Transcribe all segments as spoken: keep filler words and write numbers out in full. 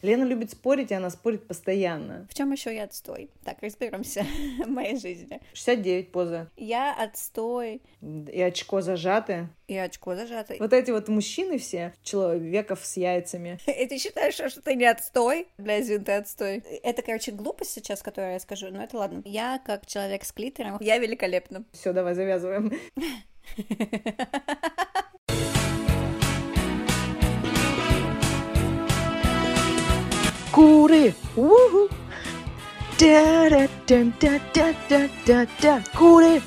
Лена любит спорить, и она спорит постоянно. В чем еще я отстой? Так, разберемся в моей жизни. шестьдесят девять поза. Я отстой. И очко зажаты. И очко зажато. Вот эти вот мужчины все, человеков с яйцами. И ты считаешь, что ты не отстой? Бля, извини, ты отстой. Это, короче, глупость сейчас, которую я скажу, но это ладно. Я, как человек с клитором, я великолепна. Все, давай завязываем. Куры! Уху! Да-да-да-да-да-да-да! Куры!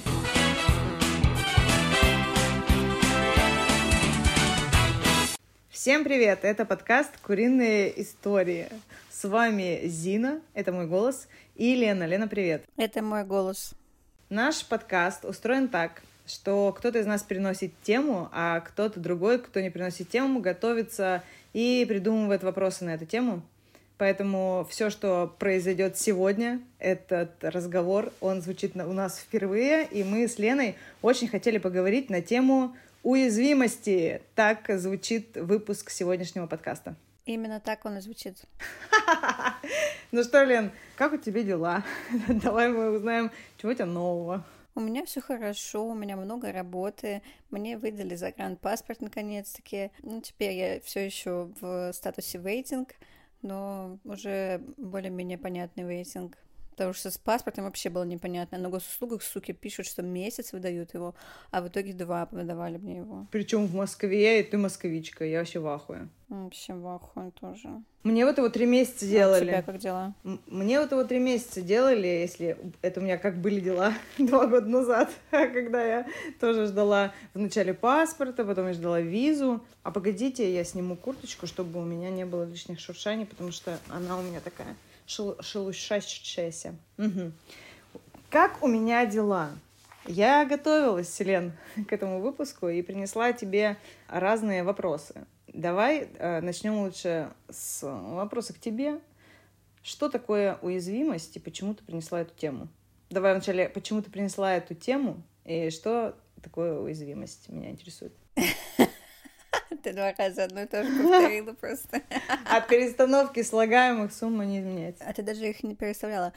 Всем привет! Это подкаст «Куриные истории». С вами Зина, это мой голос, и Лена. Лена, привет! Это мой голос. Наш подкаст устроен так, что кто-то из нас переносит тему, а кто-то другой, кто не приносит тему, готовится и придумывает вопросы на эту тему. Поэтому все, что произойдет сегодня, этот разговор, он звучит у нас впервые, и мы с Леной очень хотели поговорить на тему уязвимости. Так звучит выпуск сегодняшнего подкаста. Именно так он и звучит. Ну что, Лен, как у тебя дела? Давай мы узнаем, чего у тебя нового. У меня все хорошо, у меня много работы, мне выдали загранпаспорт наконец-таки. Ну, теперь я все еще в статусе waiting, но уже более-менее понятный вейтинг. Потому что с паспортом вообще было непонятно. На госуслугах, суки, пишут, что месяц выдают его, а в итоге два выдавали мне его. Причем в Москве, и ты москвичка, я вообще в ахуе. Вообще в ахуе тоже. Мне вот его три месяца делали. А у тебя как дела? М- Мне вот его три месяца делали, если это у меня как были дела два года назад, когда я тоже ждала вначале паспорта, потом я ждала визу. А погодите, я сниму курточку, чтобы у меня не было лишних шуршаний, потому что она у меня такая шел- шелушащаяся. Угу. Как у меня дела? Я готовилась, Лен, к этому выпуску и принесла тебе разные вопросы. Давай э, начнем лучше с вопроса к тебе. Что такое уязвимость и почему ты принесла эту тему? Давай вначале, почему ты принесла эту тему и что такое уязвимость? Меня интересует. Ты два раза одно и то же повторила просто. От перестановки слагаемых сумма не изменяется. А ты даже их не переставляла.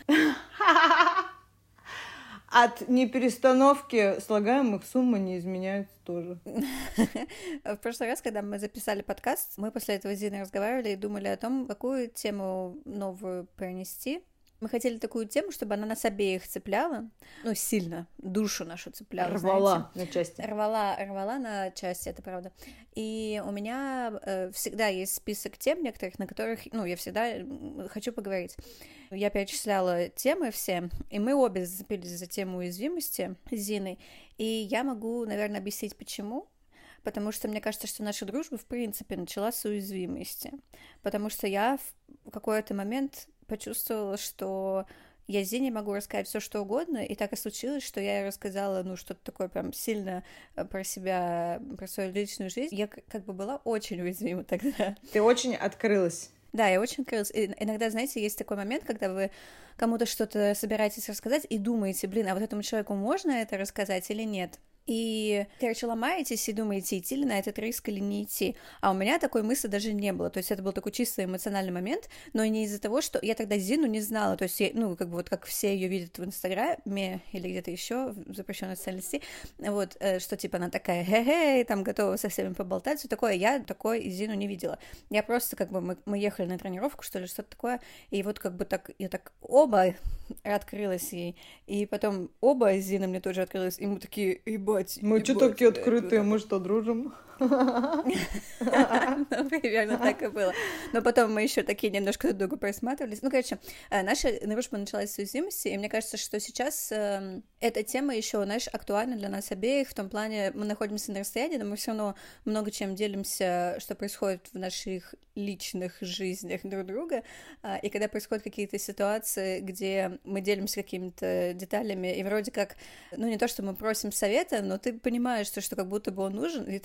От неперестановки слагаемых сумма не изменяется тоже. В прошлый раз, когда мы записали подкаст, мы после этого с Зиной разговаривали и думали о том, какую тему новую принести. Мы хотели такую тему, чтобы она нас обеих цепляла, ну, сильно, душу нашу цепляла, Рвала знаете. на части. Рвала, рвала на части, это правда. И у меня э, всегда есть список тем некоторых, на которых, ну, я всегда хочу поговорить. Я перечисляла темы все, и мы обе зацепились за тему уязвимости с Зиной, и я могу, наверное, объяснить, почему. Потому что мне кажется, что наша дружба, в принципе, началась с уязвимости. Потому что я в какой-то момент почувствовала, что я Зине могу рассказать все что угодно, и так и случилось, что я ей рассказала, ну, что-то такое прям сильно про себя, про свою личную жизнь. Я как бы была очень уязвима тогда. Ты очень открылась. Да, я очень открылась. И иногда, знаете, есть такой момент, когда вы кому-то что-то собираетесь рассказать и думаете, блин, а вот этому человеку можно это рассказать или нет? И, короче, ломаетесь и думаете, идти ли на этот риск или не идти. А у меня такой мысли даже не было. То есть это был такой чисто эмоциональный момент, но не из-за того, что я тогда Зину не знала. То есть, я, ну, как бы вот как все ее видят в Инстаграме или где-то еще в запрещенной социальной сети, вот, что типа она такая хе-хе, там готова со всеми поболтать, все такое. Я такой Зину не видела. Я просто как бы, мы, мы ехали на тренировку, что ли, что-то такое, и вот как бы так, я так оба открылась ей, и потом оба Зина мне тоже открылась, и мы такие, ебать, Мы что такие открытые, мы что, дружим? Ну, примерно так и было. Но потом мы еще такие немножко друг друга просматривались. Ну, короче, наша дружба началась с уязвимости, и мне кажется, что сейчас э, эта тема еще, знаешь, актуальна для нас обеих, в том плане, мы находимся на расстоянии, но мы все равно много чем делимся, что происходит в наших личных жизнях друг друга, и когда происходят какие-то ситуации, где мы делимся какими-то деталями, и вроде как, ну, не то, что мы просим совета, но ты понимаешь, что, что как будто бы он нужен, и ты такой,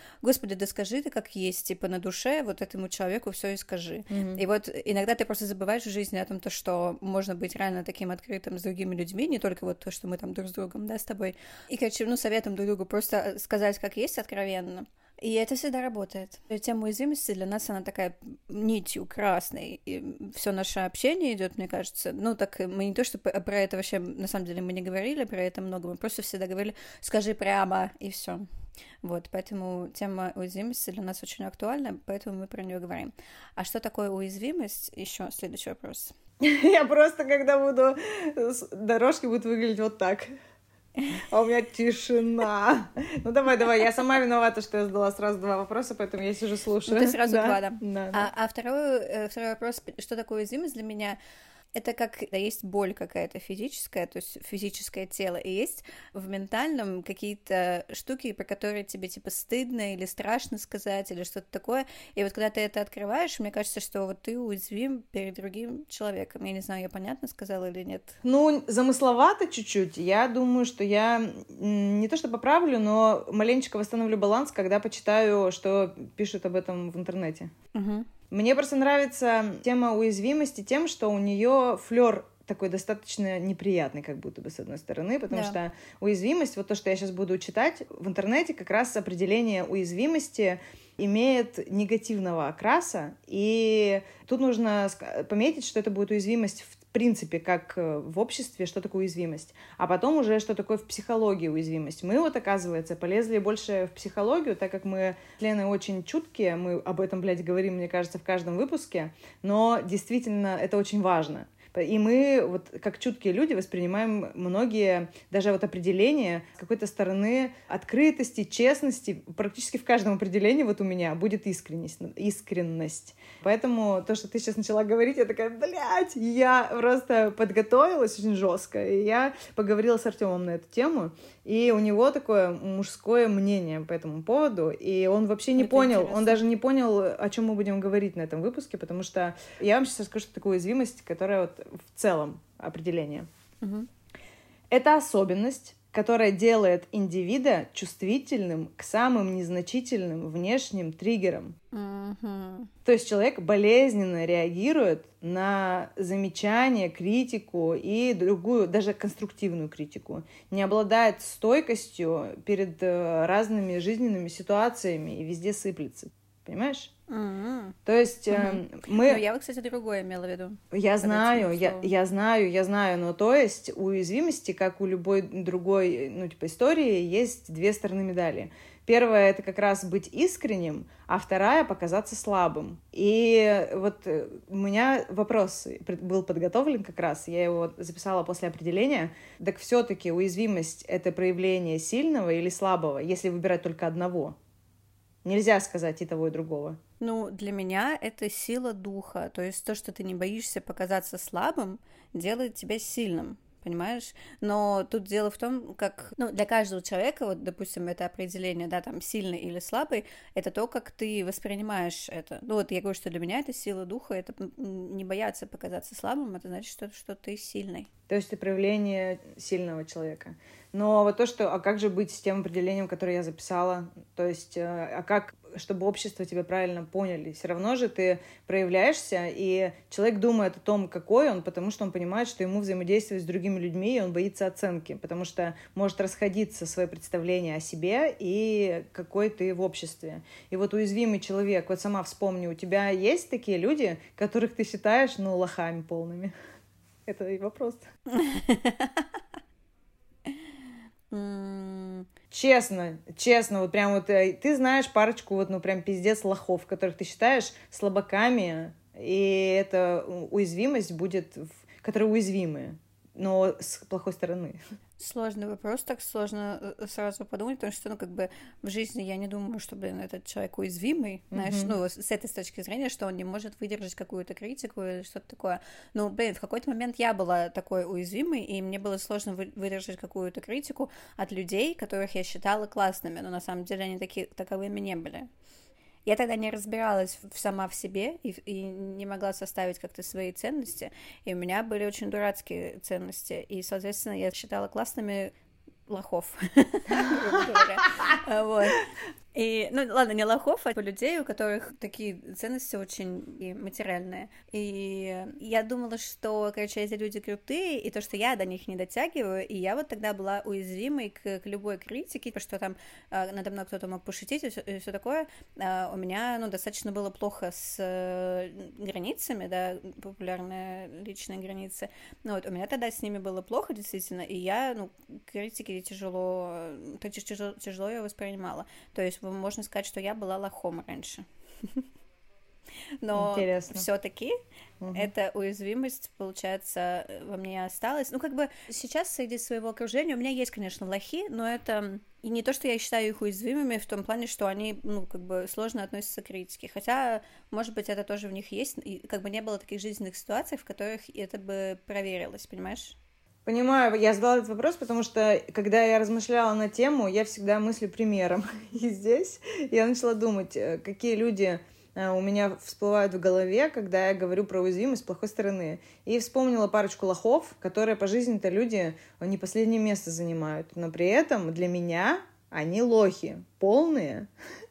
господи, да скажи ты как есть, типа, на душе вот этому человеку все и скажи. Mm-hmm. И вот иногда ты просто забываешь в жизни о том, то, что можно быть реально таким открытым с другими людьми, не только вот то, что мы там друг с другом, да, с тобой. И, короче, ну, советом друг другу просто сказать как есть откровенно. И это всегда работает. Тема уязвимости для нас, она такая нитью красной. И все наше общение идет, мне кажется. Ну, так мы не то, что про это вообще, на самом деле, мы не говорили про это много, мы просто всегда говорили, скажи прямо, и все. Вот, поэтому тема уязвимости для нас очень актуальна, поэтому мы про нее говорим. А что такое уязвимость? Еще следующий вопрос. Я просто, когда буду... Дорожки будут выглядеть вот так. А у меня тишина. Ну, давай, давай. Я сама виновата, что я задала сразу два вопроса, поэтому я сижу, слушаю. Ну, ты сразу да? два, да. да, а, да. А второй, второй вопрос, что такое уязвимость для меня? Это как, да, есть боль какая-то физическая, то есть физическое тело, и есть в ментальном какие-то штуки, про которые тебе, типа, стыдно или страшно сказать, или что-то такое, и вот когда ты это открываешь, мне кажется, что вот ты уязвим перед другим человеком. Я не знаю, я понятно сказала или нет? Ну, замысловато чуть-чуть. Я думаю, что я не то что поправлю, но маленечко восстановлю баланс, когда почитаю, что пишут об этом в интернете. Угу. Мне просто нравится тема уязвимости тем, что у нее флер такой достаточно неприятный, как будто бы, с одной стороны, потому да. что уязвимость, вот то, что я сейчас буду читать в интернете, как раз определение уязвимости имеет негативного окраса, и тут нужно пометить, что это будет уязвимость в принципе, как в обществе, что такое уязвимость, а потом уже, что такое в психологии уязвимость. Мы вот, оказывается, полезли больше в психологию, так как мы с Леной очень чуткие, мы об этом, блядь, говорим, мне кажется, в каждом выпуске, но действительно это очень важно. И мы, вот как чуткие люди, воспринимаем многие даже вот определения с какой-то стороны открытости, честности. Практически в каждом определении вот у меня будет искренность. искренность. Поэтому то, что ты сейчас начала говорить, я такая, блядь, я просто подготовилась очень жестко. И я поговорила с Артемом на эту тему, и у него такое мужское мнение по этому поводу, и он вообще не это понял, интересно. Он даже не понял, о чем мы будем говорить на этом выпуске, потому что я вам сейчас расскажу, что такое уязвимость, которая вот в целом определение. Угу. Это особенность, которая делает индивида чувствительным к самым незначительным внешним триггерам. Uh-huh. То есть человек болезненно реагирует на замечания, критику и другую, даже конструктивную критику. Не обладает стойкостью перед разными жизненными ситуациями и везде сыплется. Понимаешь? Uh-huh. То есть uh-huh. э, мы... Ну, я вот, кстати, другое имела в виду. Я знаю, я, я знаю, я знаю, но то есть у уязвимости, как у любой другой, ну, типа, истории, есть две стороны медали. Первая — это как раз быть искренним, а вторая — показаться слабым. И вот у меня вопрос был подготовлен как раз, я его записала после определения. Так все-таки уязвимость — это проявление сильного или слабого, если выбирать только одного? Нельзя сказать и того, и другого. Ну, для меня это сила духа. То есть то, что ты не боишься показаться слабым, делает тебя сильным. Понимаешь? Но тут дело в том, как, ну, для каждого человека, вот, допустим, это определение, да, там, сильный или слабый, это то, как ты воспринимаешь это. Ну, вот я говорю, что для меня это сила духа, это не бояться показаться слабым, это значит, что, что ты сильный. То есть это проявление сильного человека. Но вот то, что, а как же быть с тем определением, которое я записала? То есть, а как, чтобы общество тебя правильно поняли? Все равно же ты проявляешься, и человек думает о том, какой он, потому что он понимает, что ему взаимодействовать с другими людьми, и он боится оценки, потому что может расходиться свое представление о себе и какой ты в обществе. И вот уязвимый человек, вот сама вспомни, у тебя есть такие люди, которых ты считаешь, ну, лохами полными? Это и вопрос. Честно, честно, вот прям вот ты знаешь парочку вот, ну, прям пиздец лохов, которых ты считаешь слабаками, и эта уязвимость будет, которые уязвимые, но с плохой стороны. Сложный вопрос, так сложно сразу подумать, потому что, ну, как бы в жизни я не думаю, что, блин, этот человек уязвимый, знаешь, mm-hmm. ну, с этой с точки зрения, что он не может выдержать какую-то критику или что-то такое. Ну, блин, в какой-то момент я была такой уязвимой, и мне было сложно выдержать какую-то критику от людей, которых я считала классными, но на самом деле они такие, таковыми не были. Я тогда не разбиралась сама в себе и, и не могла составить как-то свои ценности, и у меня были очень дурацкие ценности, и, соответственно, я считала классными лохов, грубо говоря. Вот. И, ну, ладно, не лохов, а людей, у которых такие ценности очень и материальные. И я думала, что, короче, эти люди крутые, и то, что я до них не дотягиваю, и я вот тогда была уязвимой к, к любой критике, потому что там э, надо мной кто-то мог пошутить и все, и все такое. Э, у меня, ну, достаточно было плохо с э, границами, да, популярные личные границы. Ну, вот, у меня тогда с ними было плохо, действительно, и я, ну, критики тяжело, тяжело, тяжело ее воспринимала. То есть можно сказать, что я была лохом раньше. Но все-таки угу. эта уязвимость, получается, во мне осталась. Ну, как бы сейчас среди своего окружения у меня есть, конечно, лохи, но это и не то, что я считаю их уязвимыми в том плане, что они, ну, как бы сложно относятся к критике. Хотя, может быть, это тоже в них есть, и как бы не было таких жизненных ситуаций, в которых это бы проверилось, понимаешь? Понимаю, я задала этот вопрос, потому что, когда я размышляла на тему, я всегда мыслю примером. И здесь я начала думать, какие люди у меня всплывают в голове, когда я говорю про уязвимость с плохой стороны. И вспомнила парочку лохов, которые по жизни-то люди не последнее место занимают. Но при этом для меня они лохи, полные.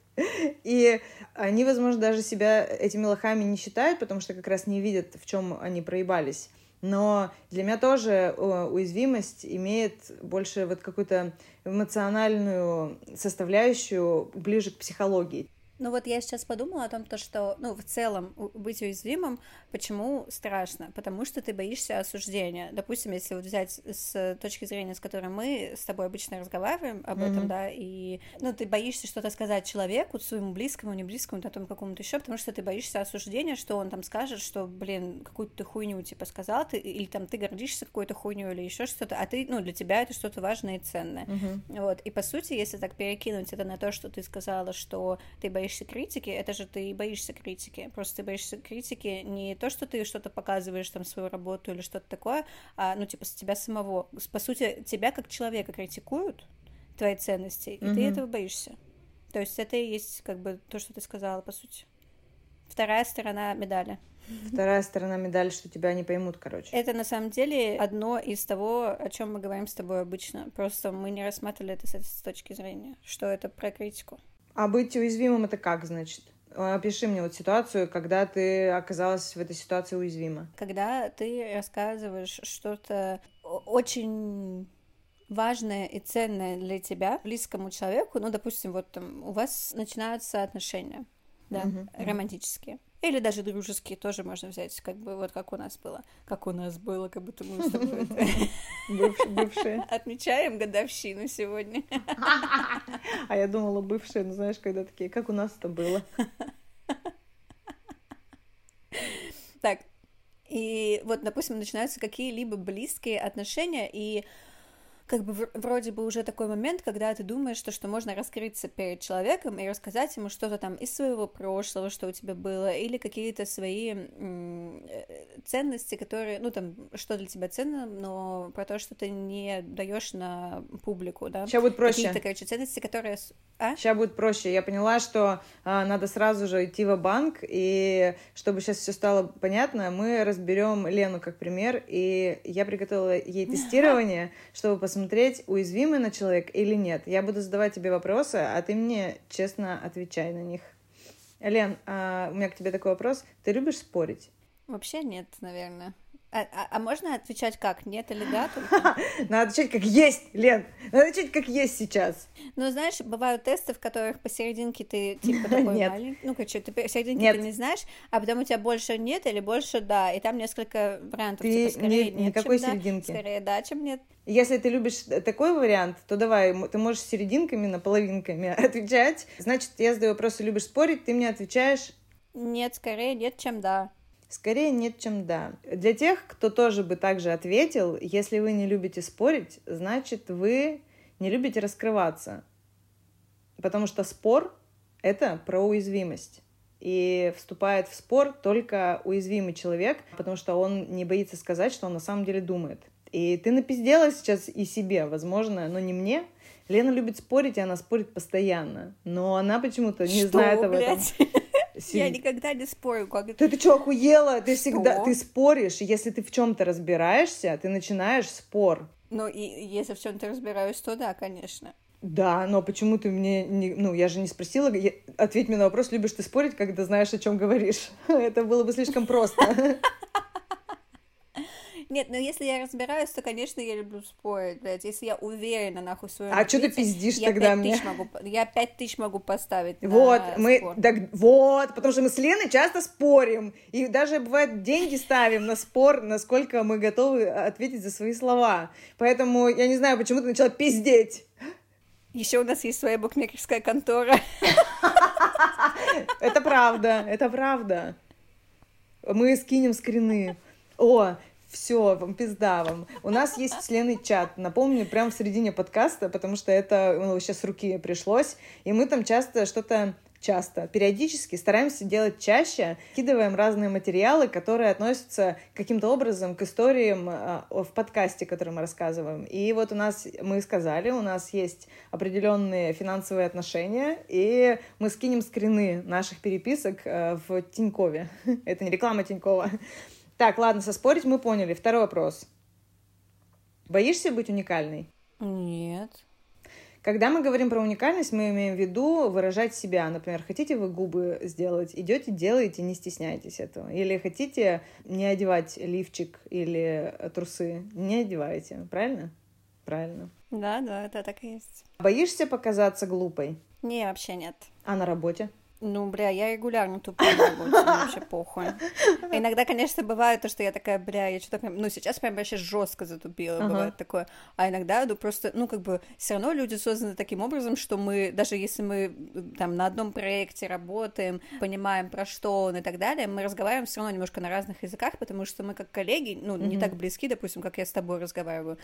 И они, возможно, даже себя этими лохами не считают, потому что как раз не видят, в чем они проебались. Но для меня тоже уязвимость имеет больше вот какую-то эмоциональную составляющую ближе к психологии. Ну вот я сейчас подумала о том, то, что, ну, в целом быть уязвимым, почему страшно? Потому что ты боишься осуждения. Допустим, если вот взять с точки зрения, с которой мы с тобой обычно разговариваем об mm-hmm. этом, да, и, ну, ты боишься что-то сказать человеку, своему близкому, не близкому, там, какому-то еще, потому что ты боишься осуждения, что он там скажет, что, блин, какую-то ты хуйню, типа, сказал ты, или там ты гордишься какой-то хуйню или еще что-то, а ты, ну, для тебя это что-то важное и ценное. Mm-hmm. Вот, и по сути, если так перекинуть это на то, что ты сказала, что ты боишься критики, это же ты боишься критики. Просто ты боишься критики не то, что ты что-то показываешь, там, свою работу или что-то такое, а, ну, типа, с тебя самого. По сути, тебя как человека критикуют, твои ценности, и mm-hmm. ты этого боишься. То есть это и есть, как бы, то, что ты сказала, по сути. Вторая сторона медали. Вторая сторона медали, что тебя не поймут, короче. Это, на самом деле, одно из того, о чем мы говорим с тобой обычно. Просто мы не рассматривали это с этой точки зрения, что это про критику. А быть уязвимым — это как, значит? Опиши мне вот ситуацию, когда ты оказалась в этой ситуации уязвима. Когда ты рассказываешь что-то очень важное и ценное для тебя близкому человеку, ну, допустим, вот там у вас начинаются отношения, да, uh-huh, uh-huh. романтические. Или даже дружеские тоже можно взять, как бы вот как у нас было. Как у нас было, как будто мы с тобой бывшие. Отмечаем годовщину сегодня. А я думала, бывшие, ну знаешь, когда такие, как у нас это было. Так, и вот, допустим, начинаются какие-либо близкие отношения, и как бы вроде бы уже такой момент, когда ты думаешь, что, что можно раскрыться перед человеком и рассказать ему что-то там из своего прошлого, что у тебя было, или какие-то свои м- ценности, которые, ну там, что для тебя ценно, но про то, что ты не даешь на публику, да? Сейчас будет проще. Какие-то, короче, ценности, которые... А? Сейчас будет проще. Я поняла, что а, надо сразу же идти в банк, и чтобы сейчас все стало понятно, мы разберем Лену как пример, и я приготовила ей тестирование, чтобы посмотреть, смотреть, уязвимый на человек или нет. Я буду задавать тебе вопросы, а ты мне честно отвечай на них. Лен, а, у меня к тебе такой вопрос. Ты любишь спорить? Вообще нет, наверное. А, а, а можно отвечать как? Нет или да? Только? Надо отвечать как есть, Лен. Надо отвечать как есть сейчас. Ну, знаешь, бывают тесты, в которых посерединке ты типа такой маленький. Ну, короче, ты посерединке нет. Ты не знаешь, а потом у тебя больше нет или больше да. И там несколько вариантов. Ты типа скорее не, нет, никакой чем серединки. Да, скорее да, чем нет. Если ты любишь такой вариант, то давай, ты можешь серединками, наполовинками отвечать. Значит, я задаю вопрос, любишь спорить, ты мне отвечаешь... Нет, скорее нет, чем да. Скорее нет, чем да. Для тех, кто тоже бы так же ответил, если вы не любите спорить, значит, вы не любите раскрываться. Потому что спор — это про уязвимость. И вступает в спор только уязвимый человек, потому что он не боится сказать, что он на самом деле думает. И ты напиздела сейчас и себе, возможно, но не мне. Лена любит спорить, и она спорит постоянно. Но она почему-то не что, знает об блядь? этом. Я никогда не спорю. Как это... Ты, ты что, охуела? Ты всегда ты споришь. Если ты в чем-то разбираешься, ты начинаешь спор. Ну, и если в чем-то разбираюсь, то да, конечно. Да, но почему ты мне не... Ну, я же не спросила. Я... Ответь мне на вопрос, любишь ты спорить, когда знаешь, о чем говоришь? Это было бы слишком просто. Нет, ну если я разбираюсь, то, конечно, я люблю спорить, блядь. Если я уверена, нахуй, в своем А что ты ответе, пиздишь я тогда пять мне? тысяч могу, я пять тысяч могу поставить Вот, на мы, спор. так, вот, потому что мы с Леной часто спорим, и даже, бывает, деньги ставим на спор, насколько мы готовы ответить за свои слова. Поэтому я не знаю, почему ты начала пиздеть. Еще у нас есть своя букмекерская контора. Это правда, это правда. Мы скинем скрины. О, все, вам пизда вам. У нас есть с Леной чат, напомню, прямо в середине подкаста, потому что это ну, сейчас с руки пришлось, и мы там часто что-то, часто, периодически стараемся делать чаще, кидываем разные материалы, которые относятся каким-то образом к историям э, в подкасте, который мы рассказываем. И вот у нас, мы сказали, у нас есть определенные финансовые отношения, и мы скинем скрины наших переписок э, в Тинькове. Это не реклама Тинькова. Так, ладно, соспорить мы поняли. Второй вопрос. Боишься быть уникальной? Нет. Когда мы говорим про уникальность, мы имеем в виду выражать себя. Например, хотите вы губы сделать, идете, делаете, не стесняйтесь этого. Или хотите не одевать лифчик или трусы, не одевайте. Правильно? Правильно. Да, да, это так и есть. Боишься показаться глупой? Не, вообще нет. А на работе? Ну, бля, я регулярно тупая на работе, мне вообще похуй. Иногда, конечно, бывает то, что я такая, бля, я что-то прям... Ну, сейчас прям вообще жестко затупила, ага. Бывает такое. А иногда, ну, просто, ну, как бы, все равно люди созданы таким образом, что мы, даже если мы там на одном проекте работаем, понимаем, про что он и так далее, мы разговариваем все равно немножко на разных языках, потому что мы как коллеги, ну, не mm-hmm. так близки, допустим, как я с тобой разговариваю.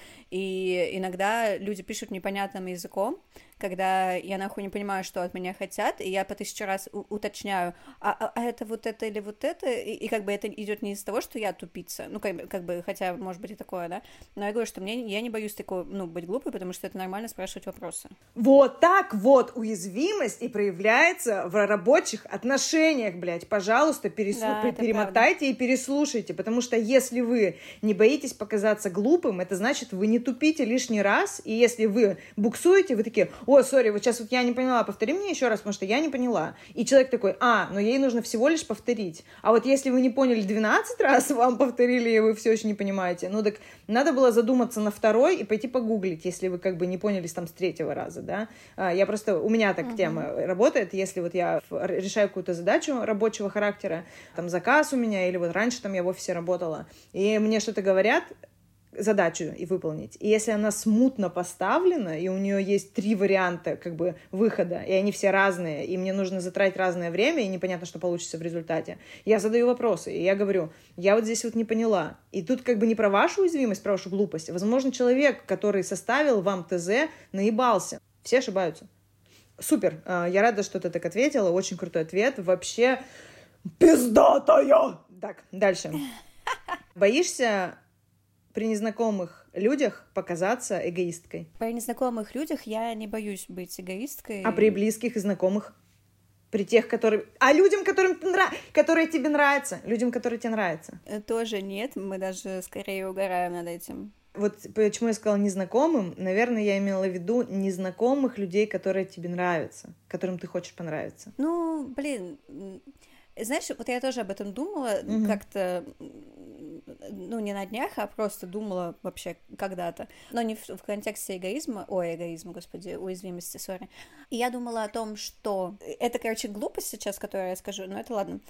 И иногда люди пишут непонятным языком, когда я нахуй не понимаю, что от меня хотят, и я по тысячу раз у- уточняю, а, а, а это вот это или вот это, и, и как бы это идет не из того, что я тупица, ну, как бы, как бы, хотя, может быть, и такое, да, но я говорю, что мне, я не боюсь такого, ну, быть глупой, потому что это нормально спрашивать вопросы. Вот так вот уязвимость и проявляется в рабочих отношениях, блядь. Пожалуйста, пересу... да, перемотайте правда. И переслушайте, потому что если вы не боитесь показаться глупым, это значит, вы не тупите лишний раз, и если вы буксуете, вы такие, о, сори, вот сейчас вот я не поняла, повтори мне еще раз, потому что я не поняла. И человек такой, а, но ей нужно всего лишь повторить. А вот если вы не поняли двенадцать раз, вам повторили, и вы все еще не понимаете, ну так надо было задуматься на второй и пойти погуглить, если вы как бы не поняли там с третьего раза, да. Я просто, у меня так uh-huh. тема работает, если вот я решаю какую-то задачу рабочего характера, там заказ у меня, или вот раньше там я в офисе работала, и мне что-то говорят, задачу и выполнить. И если она смутно поставлена, и у нее есть три варианта как бы выхода, и они все разные, и мне нужно затратить разное время, и непонятно, что получится в результате, я задаю вопросы, и я говорю, я вот здесь вот не поняла. И тут как бы не про вашу уязвимость, про вашу глупость. Возможно, человек, который составил вам ТЗ, наебался. Все ошибаются. Супер. Я рада, что ты так ответила. Очень крутой ответ. Вообще пиздатая. Так, дальше. Боишься при незнакомых людях показаться эгоисткой? При незнакомых людях я не боюсь быть эгоисткой. А при близких и знакомых? При тех, которые... А людям, которым ты нрав... которые тебе нравятся? Людям, которые тебе нравятся? Тоже нет, мы даже скорее угораем над этим. Вот почему я сказала незнакомым, наверное, я имела в виду незнакомых людей, которые тебе нравятся, которым ты хочешь понравиться. Ну, блин... Знаешь, вот я тоже об этом думала mm-hmm. как-то, ну, не на днях, а просто думала вообще когда-то, но не в, в контексте эгоизма, ой, эгоизма, господи, уязвимости, сори. И я думала о том, что это, короче, глупость сейчас, которую я скажу, но это ладно.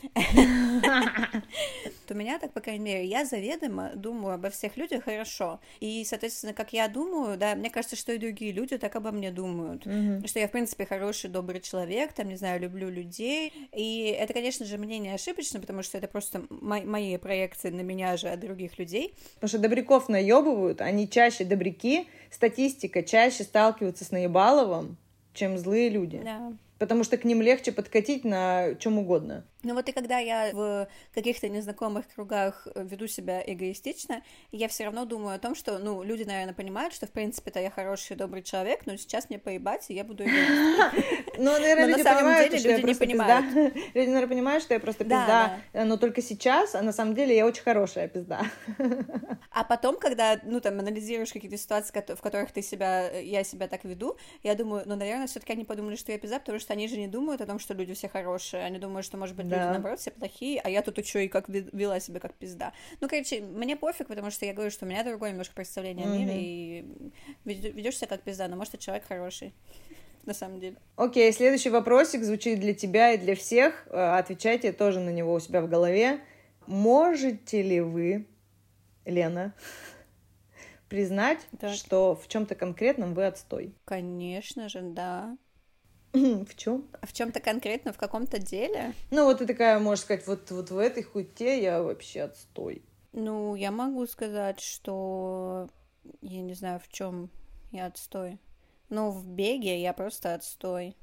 У меня так, по крайней мере, я заведомо думаю обо всех людях хорошо, и, соответственно, как я думаю, да, мне кажется, что и другие люди так обо мне думают, что я, в принципе, хороший, добрый человек, там, не знаю, люблю людей, и это, конечно же, мнение ошибочно, потому что это просто мо- мои проекции на меня же от других людей. Потому что добряков наебывают, они чаще добряки, статистика чаще сталкиваются с наебаловым, чем злые люди. Да. Потому что к ним легче подкатить на чем угодно. Ну вот и когда я в каких-то незнакомых кругах веду себя эгоистично, я все равно думаю о том, что, ну, люди, наверное, понимают, что, в принципе-то, я хороший, добрый человек, но сейчас мне поебать, и я буду эгоисткой. Ну, наверное, Но люди на самом понимают, деле что я люди не просто понимают. пизда. Люди, наверное, понимают, что я просто Да, пизда, да. но только сейчас, а на самом деле я очень хорошая пизда. А потом, когда, ну, там, анализируешь какие-то ситуации, кото- в которых ты себя, я себя так веду, я думаю, ну, наверное, все-таки они подумали, что я пизда, потому что они же не думают о том, что люди все хорошие, они думают, что, может быть, люди, Да. наоборот, все плохие, а я тут еще и как ве- вела себя как пизда. Ну, короче, мне пофиг, потому что я говорю, что у меня другое немножко представление о мире, и ведешь себя как пизда, но, может, ты человек хороший, на самом деле. Окей, следующий вопросик звучит для тебя и для всех. Э, Отвечайте тоже на него у себя в голове. Можете ли вы, Лена, признать, Так. что в чем-то конкретном вы отстой? Конечно же, да. В чем? А в чем-то конкретно, в каком-то деле? Ну, вот ты такая, можешь сказать, вот, вот в этой хуйте я вообще отстой. Ну, я могу сказать, что я не знаю, в чем я отстой. Ну, в беге я просто отстой.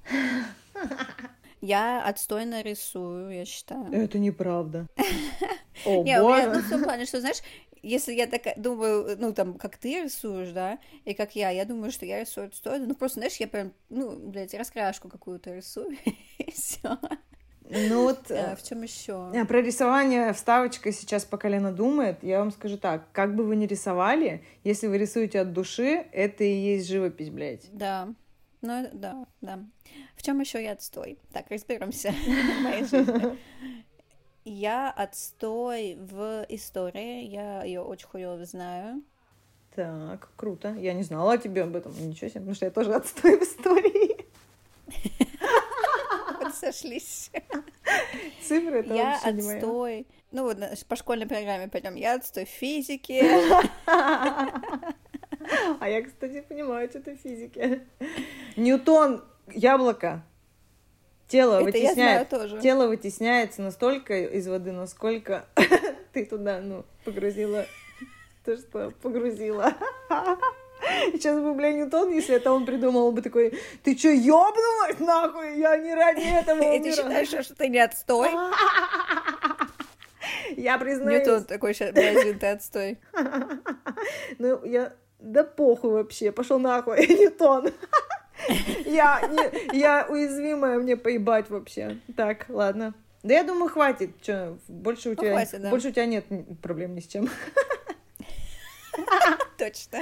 Я отстойно рисую, я считаю. Это неправда. О, Не, у меня, ну, боже. в том плане, что, знаешь, если я такая думаю, ну, там, как ты рисуешь, да, и как я, я думаю, что я рисую отстойно, ну, просто, знаешь, я прям, ну, блядь, раскрашку какую-то рисую, и все. Ну вот, В чем еще? э, про рисование вставочкой сейчас, пока Лена думает, я вам скажу так, как бы вы ни рисовали, если вы рисуете от души, это и есть живопись, блядь. Да, ну, да, да. В чем еще я отстой? Так, разберемся в моей жизни. Я отстой в истории, я ее очень хуёво знаю. Так, круто. Я не знала о тебе об этом, ничего себе, потому что я тоже отстой в истории. Вот сошлись. Цифры — это Я вообще не моё. отстой. Ну, вот на- по школьной программе пойдем. Я отстой в физике. А я, кстати, понимаю что-то в физике. Ньютон, яблоко. Тело Это я знаю вытесняет. тоже. Тело вытесняется настолько из воды, насколько ты туда, ну, погрузила то, что погрузила. Сейчас бы, бля, Ньютон, если это он придумал, он бы такой: ты чё, ёбнулась, нахуй? Я не ради этого И ты умираю. считаешь, что ты не отстой? Я признаюсь. Ньютон такой сейчас, блядь, ты отстой. Ну, я... Да похуй вообще, пошел нахуй, Ньютон. Я, не, я уязвимая, мне поебать вообще. Так, ладно. Да я думаю, хватит. Чё, больше у Ну, тебя, хватит, да. больше у тебя нет проблем ни с чем. Точно.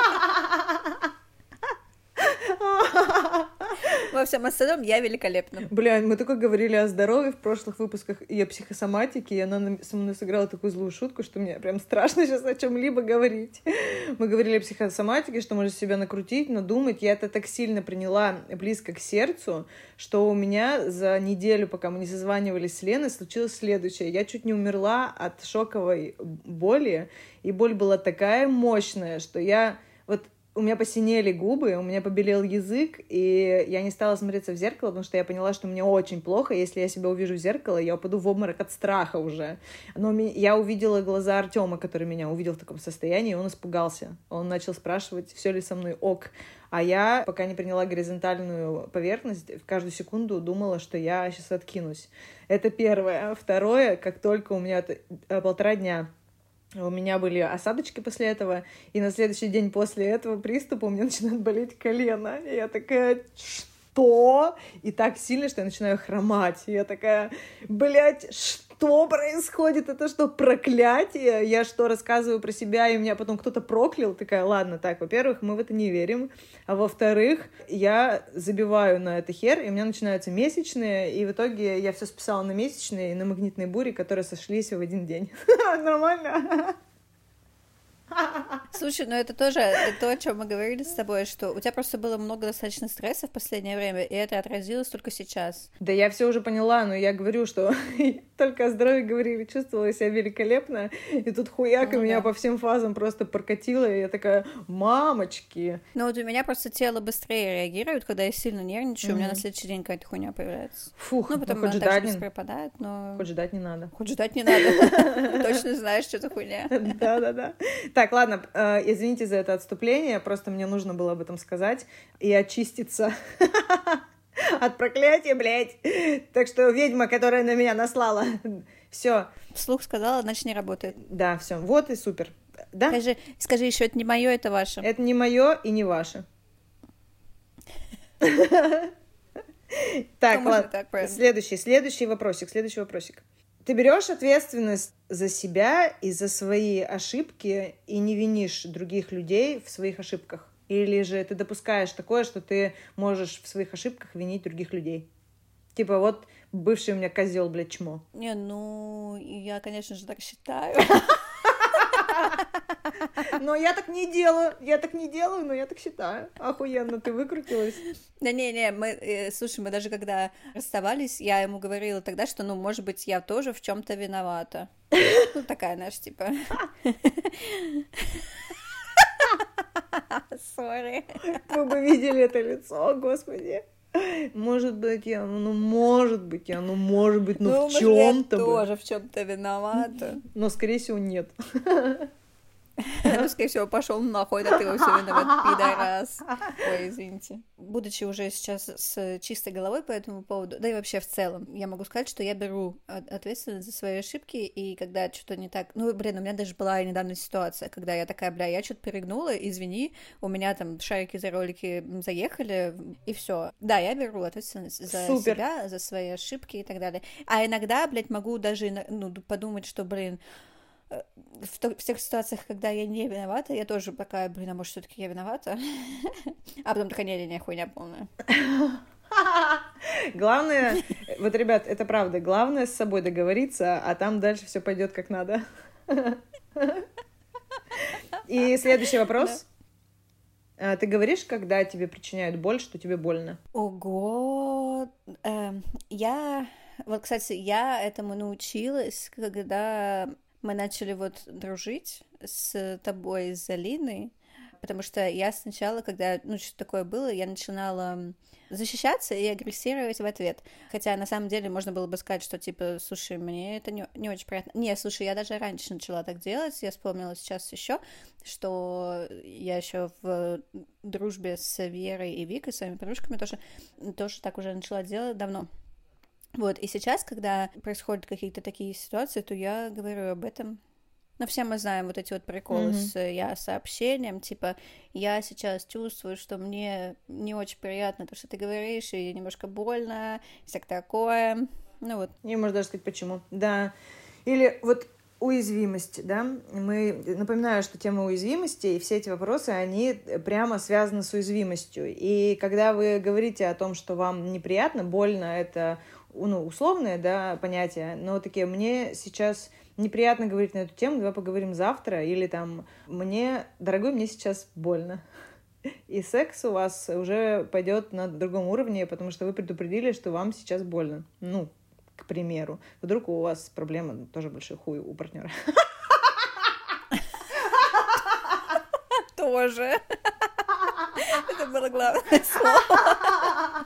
Во всем остальном я великолепна. Бля, мы только говорили о здоровье в прошлых выпусках и о психосоматике, и она нам- со мной сыграла такую злую шутку, что мне прям страшно сейчас о чем-либо говорить. Мы говорили о психосоматике, что можно себя накрутить, надумать. Я это так сильно приняла близко к сердцу, что у меня за неделю, пока мы не созванивались с Леной, случилось следующее. Я чуть не умерла от шоковой боли, и боль была такая мощная, что я... Вот у меня посинели губы, у меня побелел язык, и я не стала смотреться в зеркало, потому что я поняла, что мне очень плохо. Если я себя увижу в зеркало, я упаду в обморок от страха уже. Но ми- я увидела глаза Артема, который меня увидел в таком состоянии, и он испугался. Он начал спрашивать, все ли со мной ок. А я, пока не приняла горизонтальную поверхность, в каждую секунду думала, что я сейчас откинусь. Это первое. Второе, как только у меня т- э, полтора дня у меня были осадочки после этого, и на следующий день после этого приступа у меня начинает болеть колено. И я такая: что? И так сильно, что я начинаю хромать. И я такая: блядь, что происходит? Это что, проклятие? Я что, рассказываю про себя, и меня потом кто-то проклял? Такая: ладно, так, во-первых, мы в это не верим, а во-вторых, я забиваю на это хер, и у меня начинаются месячные, и в итоге я все списала на месячные и на магнитные бури, которые сошлись в один день. Нормально? Слушай, ну это тоже это то, о чем мы говорили с тобой, что у тебя просто было много достаточно стресса в последнее время, и это отразилось только сейчас. Да я все уже поняла, но я говорю, что только о здоровье говорили, чувствовала себя великолепно, и тут хуяка Ну меня да. по всем фазам просто прокатило, и я такая: мамочки. Ну вот у меня просто тело быстрее реагирует, когда я сильно нервничаю, у меня Мгм. на следующий день какая-то хуйня появляется. Фух, Ну, ну, потом хоть она ждать также не... быстро пропадает, но... хоть ждать не надо. Хоть ждать не надо. Точно знаешь, что это хуйня. Да-да-да. Так, ладно, э, извините за это отступление, просто мне нужно было об этом сказать и очиститься. От проклятия, блядь. Так что ведьма, которая на меня наслала. Все. Вслух сказала, значит, не работает. Да, все. Вот и супер. Да? Скажи, скажи еще, это не мое, это ваше. Это не мое и не ваше. Так, ладно. Следующий, следующий вопросик, следующий вопросик. Ты берешь ответственность за себя и за свои ошибки и не винишь других людей в своих ошибках? Или же ты допускаешь такое, что ты можешь в своих ошибках винить других людей? Типа вот бывший у меня козел, блядь, чмо. Не, ну, я, конечно же, так считаю. Но я так не делаю, я так не делаю, но я так считаю. Охуенно, ты выкрутилась. Да не-не, мы, э, слушай, мы даже когда расставались, я ему говорила тогда, что, ну, может быть, я тоже в чем-то виновата. Ну, такая, знаешь, типа... Сори. Вы бы видели это лицо, господи. Может быть, я, ну, может быть, я, ну, может быть, ну, ну в чем-то бы. бы. тоже в чем-то виновата. Но, скорее всего, нет. Ну, скорее всего, пошел нахуй, да ты во всем виноват, пидорас. Ой, извините. Будучи уже сейчас с чистой головой по этому поводу, да и вообще в целом, я могу сказать, что я беру ответственность за свои ошибки, и когда что-то не так... Ну, блин, у меня даже была недавно ситуация, когда я такая, бля, я что-то перегнула, извини, у меня там шарики за ролики заехали, и все. Да, я беру ответственность за Супер. себя, за свои ошибки и так далее. А иногда, блядь, могу даже ну, подумать, что, блин, в, то, в тех ситуациях, когда я не виновата, я тоже такая, блин, а может, все-таки я виновата? А потом такая, не-не-не, хуйня полная. Главное, вот, ребят, это правда, главное с собой договориться, а там дальше все пойдет как надо. И следующий вопрос. Да. Ты говоришь, когда тебе причиняют боль, что тебе больно? Ого! Эм, я... Вот, кстати, я этому научилась, когда... Мы начали вот дружить с тобой, с Алиной, потому что я сначала, когда, ну, что такое было, я начинала защищаться и агрессировать в ответ. Хотя, на самом деле, можно было бы сказать, что, типа, слушай, мне это не, не очень приятно. Не, слушай, я даже раньше начала так делать, я вспомнила сейчас еще, что я еще в дружбе с Верой и Викой, своими подружками, тоже, тоже так уже начала делать давно. Вот, и сейчас, когда происходят какие-то такие ситуации, то я говорю об этом. Но все мы знаем вот эти вот приколы mm-hmm. с я сообщением, типа, я сейчас чувствую, что мне не очень приятно то, что ты говоришь, и немножко больно, и всякое такое. Ну вот. Не можешь даже сказать, почему. Да. Или вот уязвимость, да, мы, напоминаю, что тема уязвимости и все эти вопросы, они прямо связаны с уязвимостью. И когда вы говорите о том, что вам неприятно, больно, это ну, условное, да, понятие, но такие, мне сейчас неприятно говорить на эту тему, давай поговорим завтра, или там, мне, дорогой, мне сейчас больно. И секс у вас уже пойдет на другом уровне, потому что вы предупредили, что вам сейчас больно. Ну, к примеру. Вдруг у вас проблема тоже большой хуй у партнера. Тоже. Это было главное слово.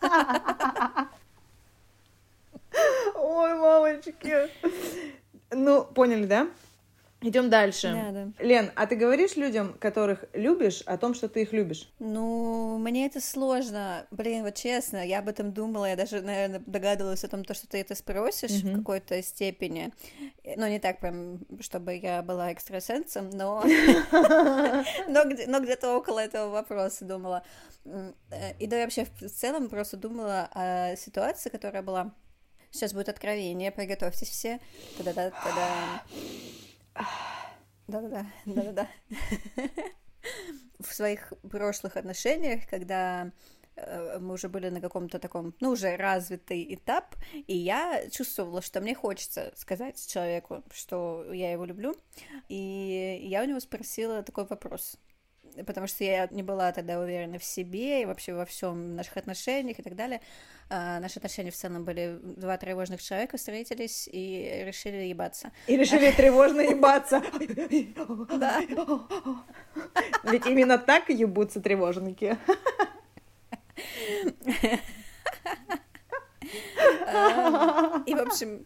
Ой, мамочки. Ну, поняли, да? Идем дальше. Да, да. Лен, а ты говоришь людям, которых любишь, о том, что ты их любишь? Ну, мне это сложно. Блин, вот честно, я об этом думала, я даже, наверное, догадывалась о том, что ты это спросишь mm-hmm. в какой-то степени. Ну, не так прям, чтобы я была экстрасенсом, но но где-то около этого вопроса думала. И да, я вообще в целом просто думала о ситуации, которая была. Сейчас будет откровение, приготовьтесь все. Та-да-да-та-да. Да-да-да, да-да-да. В своих прошлых отношениях, когда э, мы уже были на каком-то таком, ну, уже развитый этап, и я чувствовала, что мне хочется сказать человеку, что я его люблю, и я у него спросила такой вопрос, потому что я не была тогда уверена в себе и вообще во всем наших отношениях и так далее. А, наши отношения в целом были два тревожных человека, встретились и решили ебаться. И решили тревожно ебаться. Да. Ведь именно так ебутся тревожники. И, в общем...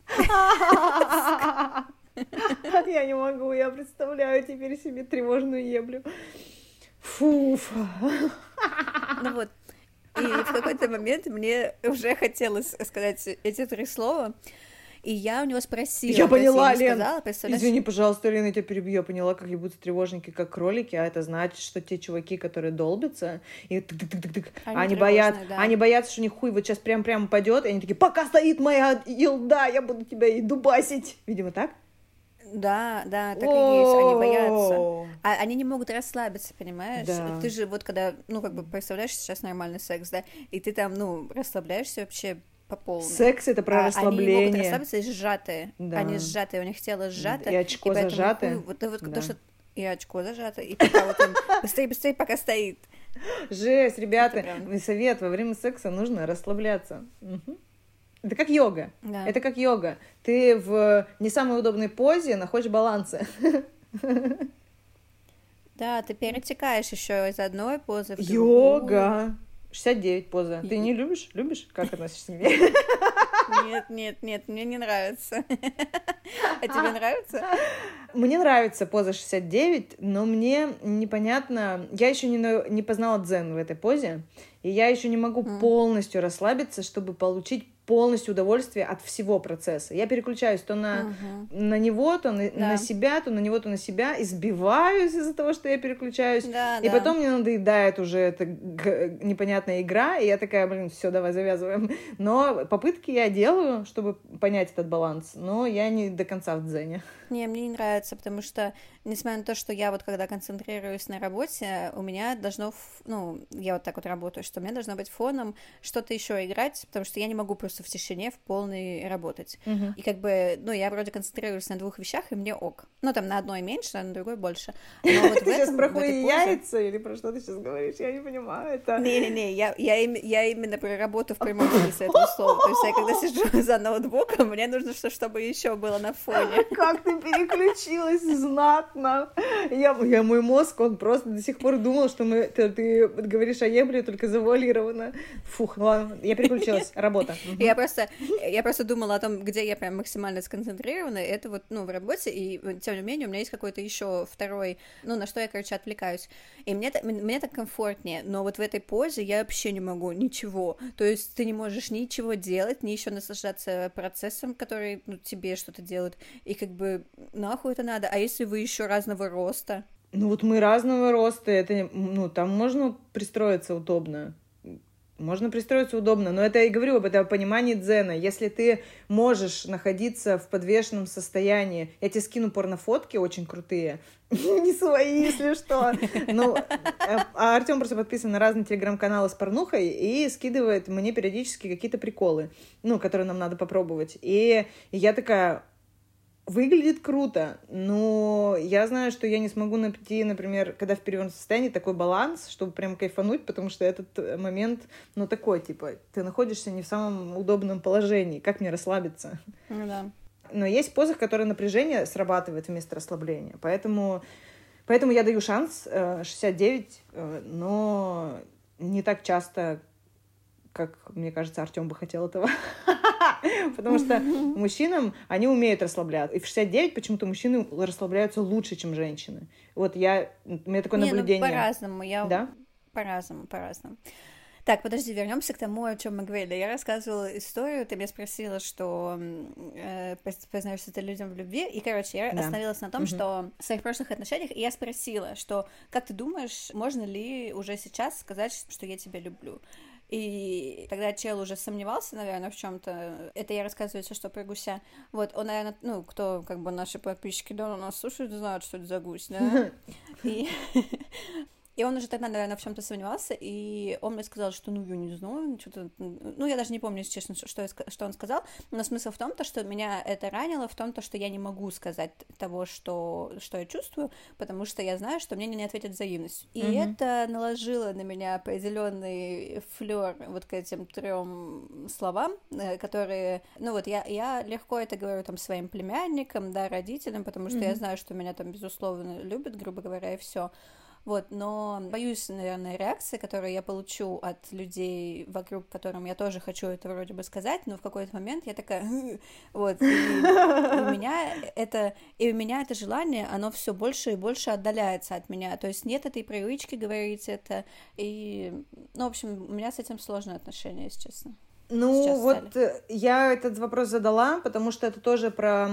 Я не могу, я представляю теперь себе тревожную еблю. Фуф. Ну вот. И в какой-то момент мне уже хотелось сказать эти три слова, и я у него спросила. Я поняла, я Лен, сказала, представляешь... извини, пожалуйста, Лен, я тебя перебью. Я поняла, как ебутся тревожники, как кролики, а это значит, что те чуваки, которые долбятся, и тык-тык-тык-тык, они, они, боят, да. они боятся, что у них хуй вот сейчас прям-прям упадет, и они такие, пока стоит моя елда, я буду тебя и дубасить. Видимо, так? Да, да, так и есть, они боятся. А они не могут расслабиться, понимаешь? Да. Ты же вот когда, ну, как бы, представляешь, сейчас нормальный секс, да, и ты там, ну, расслабляешься вообще по полной. Секс — это про а, расслабление. Они не могут расслабиться и сжатые. Да. Они сжатые, у них тело сжато. И очко и зажатое. Вот, вот, да. то, что... И очко зажато, и пока вот он быстрее-быстрее пока стоит. Жесть, ребята, прям... совет, во время секса нужно расслабляться. Угу. Это как йога. Да. Это как йога. Ты в не самой удобной позе находишь балансы. Да, ты перетекаешь еще из одной позы в другую. Йога. шестьдесят девять поза. Ты не любишь? Любишь? Как относишься к ней? Нет, нет, нет, мне не нравится. А тебе нравится? Мне нравится поза шестьдесят девять, но мне непонятно... Я еще не, не познала дзен в этой позе, и я еще не могу mm. полностью расслабиться, чтобы получить полностью удовольствие от всего процесса. Я переключаюсь то на, uh-huh. на него, то на, да. на себя, то на него, то на себя, и сбиваюсь из-за того, что я переключаюсь. Да, и да. потом мне надоедает уже эта г- непонятная игра, и я такая, блин, все, давай завязываем. Но попытки я делаю, чтобы понять этот баланс, но я не до конца в дзене. Не, мне не нравится, потому что, несмотря на то, что я вот когда концентрируюсь на работе, у меня должно, ну, я вот так вот работаю, что у меня должно быть фоном что-то еще играть, потому что я не могу просто в тишине в полной работать. Uh-huh. И как бы, ну, я вроде концентрируюсь на двух вещах, и мне ок. Ну, там, на одной меньше, а на другой больше. Но вот ты сейчас про хуй яйца или про что ты сейчас говоришь? Я не понимаю. Это... Не-не-не, я, я, я именно про работу в прямом смысле этого слова. То есть я когда сижу за ноутбуком, мне нужно, чтобы еще было на фоне. Как ты переключилась знатно. Я, я, мой мозг, он просто до сих пор думал, что мы, ты, ты говоришь о ебле только завуалированно. Фух, ну ладно, я переключилась. Работа. Я просто, я просто думала о том, где я прям максимально сконцентрирована. Это вот, ну, в работе, и тем не менее у меня есть какой-то еще второй, ну, на что я, короче, отвлекаюсь. И мне, мне так комфортнее, но вот в этой позе я вообще не могу ничего. То есть ты не можешь ничего делать, ни еще наслаждаться процессом, который, ну, тебе что-то делает. И как бы нахуй это надо? А если вы еще разного роста? Ну вот мы разного роста, это, ну, там можно пристроиться удобно. Можно пристроиться удобно, но это я и говорю об этом понимании дзена. Если ты можешь находиться в подвешенном состоянии, я тебе скину порнофотки очень крутые, не свои, если что. Ну, а Артем просто подписан на разные телеграм-каналы с порнухой и скидывает мне периодически какие-то приколы, ну, которые нам надо попробовать. И я такая... Выглядит круто, но я знаю, что я не смогу найти, например, когда в перевернутом состоянии такой баланс, чтобы прям кайфануть, потому что этот момент, ну, такой, типа, ты находишься не в самом удобном положении. Как мне расслабиться? Ну да. Но есть позы, в которых напряжение срабатывает вместо расслабления. Поэтому, поэтому я даю шанс шестьдесят девять, но не так часто, как, мне кажется, Артем бы хотел этого. Потому что мужчинам, они умеют расслабляться. И в шестьдесят девять почему-то мужчины расслабляются лучше, чем женщины. Вот я... У меня такое Не, наблюдение. Ну, по-разному. Я... Да? По-разному, по-разному. Так, подожди, вернемся к тому, о чем мы говорили. Я рассказывала историю, ты меня спросила, что э, познаешься ты людям в любви, и, короче, я да. остановилась на том, угу. что в своих прошлых отношениях, и я спросила, что, как ты думаешь, можно ли уже сейчас сказать, что я тебя люблю? И тогда чел уже сомневался, наверное, в чем-то. Это я рассказываю все, что про гуся. Вот, он, наверное, ну, кто, как бы, наши подписчики, да, у нас слушают, знают, что это за гусь, да? И... И он уже тогда, наверное, в чем-то сомневался, и он мне сказал, что, ну, я не знаю, что-то... Ну, я даже не помню, если честно, что, я, что он сказал, но смысл в том, то, что меня это ранило, в том, то, что я не могу сказать того, что, что я чувствую, потому что я знаю, что мне не ответят взаимностью. И mm-hmm. это наложило на меня определенный флёр вот к этим трем словам, которые... Ну, вот я, я легко это говорю там своим племянникам, да, родителям, потому что mm-hmm. я знаю, что меня там, безусловно, любят, грубо говоря, и все. Вот, но боюсь, наверное, реакции, которые я получу от людей вокруг, которым я тоже хочу это вроде бы сказать, но в какой-то момент я такая, вот, и, и у меня это, и у меня это желание, оно все больше и больше отдаляется от меня, то есть нет этой привычки говорить это, и, ну, в общем, у меня с этим сложные отношения, если честно. Ну, Сейчас вот стали. я этот вопрос задала, потому что это тоже про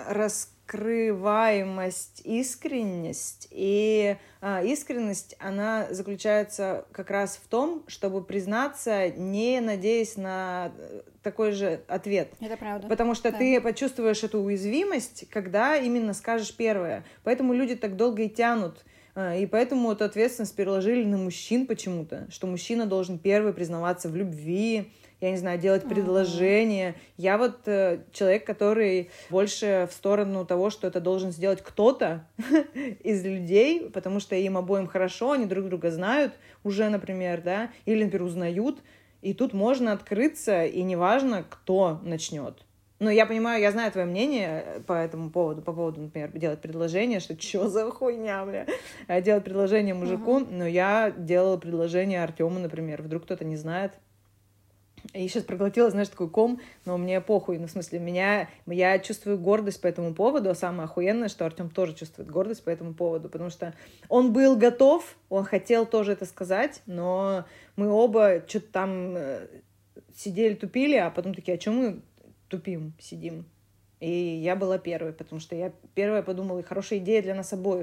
раскрываемость, искренность. И а, искренность, она заключается как раз в том, чтобы признаться, не надеясь на такой же ответ. Это правда. Потому что да. ты почувствуешь эту уязвимость, когда именно скажешь первое. Поэтому люди так долго и тянут. И поэтому эту ответственность переложили на мужчин почему-то, что мужчина должен первый признаваться в любви, я не знаю, делать предложение. Uh-huh. Я вот э, человек, который больше в сторону того, что это должен сделать кто-то из людей, потому что им обоим хорошо, они друг друга знают уже, например, да, или, например, узнают, и тут можно открыться, и неважно, кто начнет. Ну, я понимаю, я знаю твое мнение по этому поводу, по поводу, например, делать предложение, что что за хуйня, бля, делать предложение мужику, uh-huh. но я делала предложение Артему, например, вдруг кто-то не знает. И сейчас проглотила, знаешь, такой ком, но мне похуй, ну, в смысле, меня, я чувствую гордость по этому поводу, а самое охуенное, что Артем тоже чувствует гордость по этому поводу, потому что он был готов, он хотел тоже это сказать, но мы оба что-то там сидели, тупили, а потом такие, а чем мы тупим, сидим? И я была первой, потому что я первая подумала, и хорошая идея для нас обоих.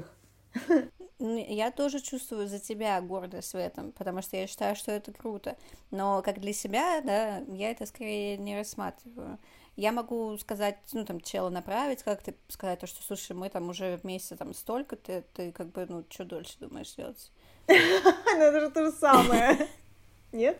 Я тоже чувствую за тебя гордость в этом, потому что я считаю, что это круто. Но как для себя, да, я это скорее не рассматриваю. Я могу сказать, ну, там, чела направить, как-то сказать, то, что, слушай, мы там уже вместе там столько, ты, ты как бы, ну, что дольше думаешь делать? Ну, это же то же самое. Нет?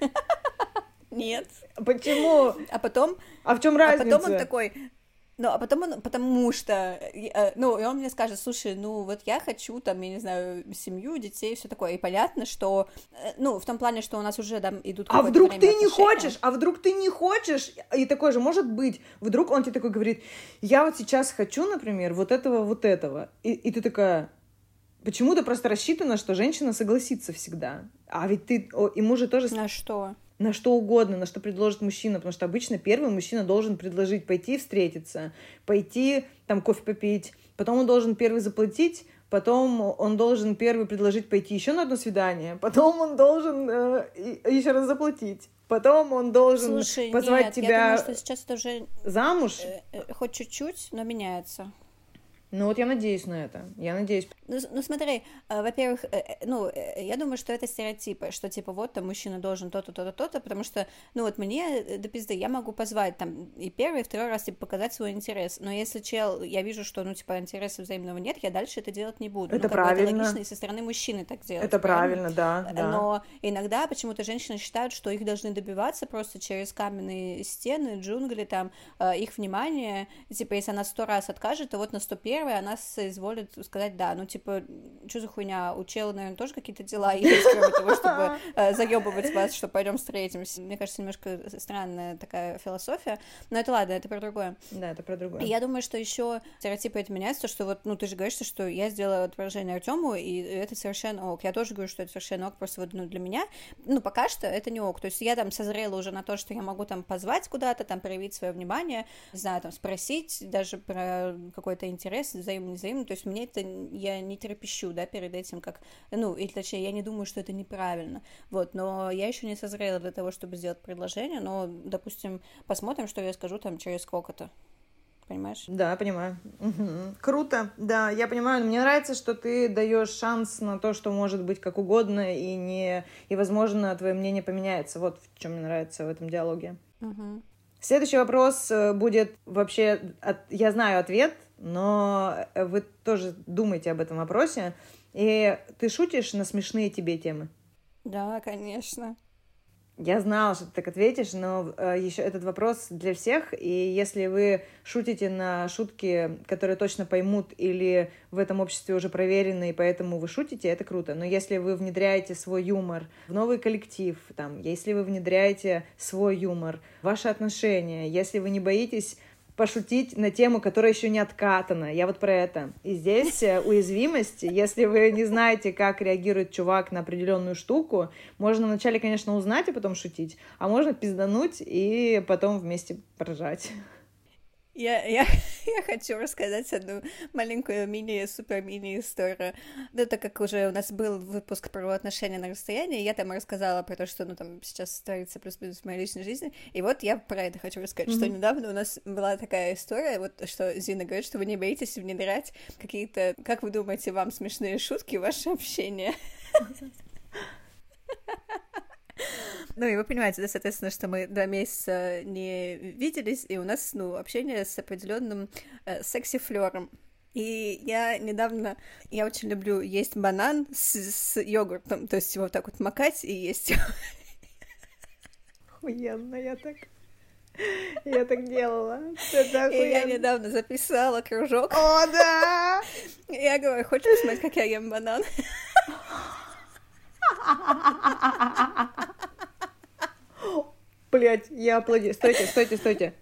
Нет. Почему? А потом... А в чем разница? А потом он такой... Ну, а потом он, потому что, ну, и он мне скажет, слушай, ну, вот я хочу, там, я не знаю, семью, детей, все такое, и понятно, что, ну, в том плане, что у нас уже там идут а вдруг ты время не хочешь, а вдруг ты не хочешь, и такое же может быть, вдруг он тебе такой говорит, я вот сейчас хочу, например, вот этого, вот этого, и, и ты такая... Почему-то просто рассчитано, что женщина согласится всегда, а ведь ты, о, ему же тоже... На что? На что угодно, на что предложит мужчина, потому что обычно первый мужчина должен предложить пойти встретиться, пойти там кофе попить, потом он должен первый заплатить, потом он должен первый предложить пойти еще на одно свидание, потом он должен э, еще раз заплатить, потом он должен Слушай, позвать нет, тебя я думаю, что сейчас это уже замуж. Э, э, хоть чуть-чуть, но меняется. Ну вот я надеюсь на это, я надеюсь. Ну, ну смотри, э, во-первых, э, ну, э, я думаю, что это стереотипы, что типа вот там мужчина должен то-то, то-то, то-то, потому что, ну вот мне до пизды, я могу позвать там и первый, и второй раз, типа, показать свой интерес, но если чел, я вижу, что, ну, типа, интереса взаимного нет, я дальше это делать не буду. Это ну, правильно. Это логично и со стороны мужчины так делать. Это правильно, да, да. Но иногда почему-то женщины считают, что их должны добиваться просто через каменные стены, джунгли, там, э, их внимание, типа, если она сто раз откажет, то вот на сто первый она соизволит сказать да, ну, типа, что за хуйня, у чела, наверное, тоже какие-то дела есть, кроме того, чтобы э, заебывать вас, что пойдем встретимся. Мне кажется, немножко странная такая философия, но это ладно, это про другое. Да, это про другое. И я думаю, что еще стереотипы это меняются, что вот, ну, ты же говоришь, что я сделала предложение Артему, и это совершенно ок. Я тоже говорю, что это совершенно ок, просто вот, ну, для меня, ну, пока что это не ок. То есть я там созрела уже на то, что я могу там позвать куда-то, там проявить свое внимание, не знаю, там спросить даже про какой-то интерес, взаимно-взаимно. То есть мне это, я не трепещу, да, перед этим, как, ну, или точнее, я не думаю, что это неправильно, вот, но я еще не созрела для того, чтобы сделать предложение, но, допустим, посмотрим, что я скажу там через сколько-то, понимаешь? Да, понимаю. Угу. Круто, да, я понимаю, мне нравится, что ты даешь шанс на то, что может быть как угодно, и, не, и возможно, твое мнение поменяется, вот в чем мне нравится в этом диалоге. Угу. Следующий вопрос будет вообще, от, я знаю ответ, но вы тоже думаете об этом вопросе. И ты шутишь на смешные тебе темы? Да, конечно. Я знала, что ты так ответишь, но э, еще этот вопрос для всех. И если вы шутите на шутки, которые точно поймут, или в этом обществе уже проверены, и поэтому вы шутите, это круто. Но если вы внедряете свой юмор в новый коллектив, там, если вы внедряете свой юмор в ваши отношения, если вы не боитесь пошутить на тему, которая еще не откатана. Я вот про это. И здесь уязвимость. Если вы не знаете, как реагирует чувак на определенную штуку, можно вначале, конечно, узнать, а потом шутить, а можно пиздануть и потом вместе поржать. Я, я, я хочу рассказать одну маленькую мини-супер-мини-историю. Ну, так как уже у нас был выпуск про отношения на расстоянии, я там рассказала про то, что, ну, там сейчас творится плюс-минус в моей личной жизни, и вот я про это хочу рассказать, mm-hmm. что недавно у нас была такая история, вот, что Зина говорит, что вы не боитесь внедрять какие-то, как вы думаете, вам смешные шутки в ваше общение? Ну, и вы понимаете, да, соответственно, что мы два месяца не виделись, и у нас, ну, общение с определенным э, секси-флёром. И я недавно, я очень люблю есть банан с, с йогуртом, то есть его вот так вот макать и есть его. Охуенно, я так... Я так делала. Это и я недавно записала кружок. О, да! Я говорю, хочешь посмотреть, как я ем банан? Блять, я аплодирую. Стойте, стойте, стойте.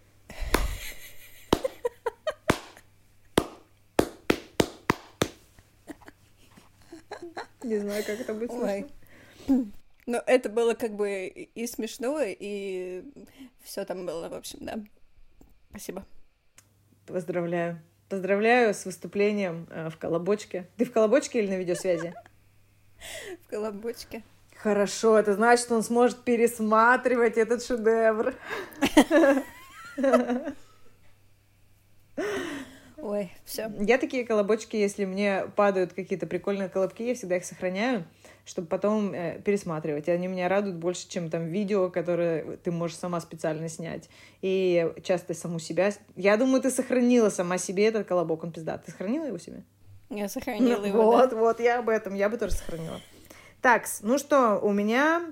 Не знаю, как это будет слышно. Ну, это было как бы и смешно, и все там было, в общем, да. Спасибо. Поздравляю. Поздравляю с выступлением в «Колобочке». Ты в «Колобочке» или на видеосвязи? В «Колобочке». Хорошо, это значит, он сможет пересматривать этот шедевр. Ой, все. Я такие колобочки, если мне падают какие-то прикольные колобки, я всегда их сохраняю, чтобы потом э, пересматривать. И они меня радуют больше, чем там видео, которое ты можешь сама специально снять. И часто саму себя... Я думаю, ты сохранила сама себе этот колобок, он пиздат. Ты сохранила его себе? Я сохранила ну, его, Вот, да. вот, я об этом, я бы тоже сохранила. Так, ну что, у меня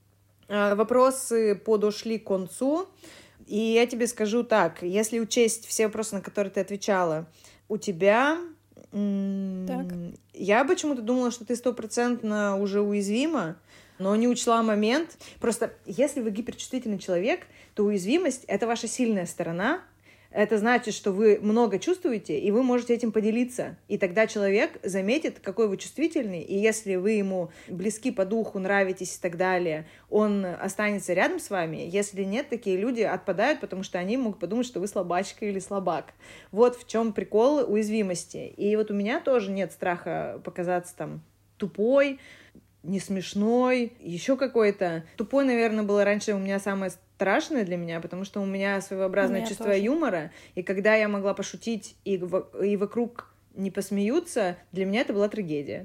э, вопросы подошли к концу. И я тебе скажу так, если учесть все вопросы, на которые ты отвечала, у тебя... М- так. Я почему-то думала, что ты стопроцентно уже уязвима, но не учла момент. Просто если вы гиперчувствительный человек, то уязвимость — это ваша сильная сторона. Это значит, что вы много чувствуете, и вы можете этим поделиться. И тогда человек заметит, какой вы чувствительный, и если вы ему близки по духу, нравитесь и так далее, он останется рядом с вами. Если нет, такие люди отпадают, потому что они могут подумать, что вы слабачка или слабак. Вот в чем прикол уязвимости. И вот у меня тоже нет страха показаться там тупой, не смешной, еще какой-то. Тупой, наверное, было раньше у меня самое страшное для меня, потому что у меня своеобразное меня чувство тоже. юмора, и когда я могла пошутить, и, в- и вокруг не посмеются, для меня это была трагедия.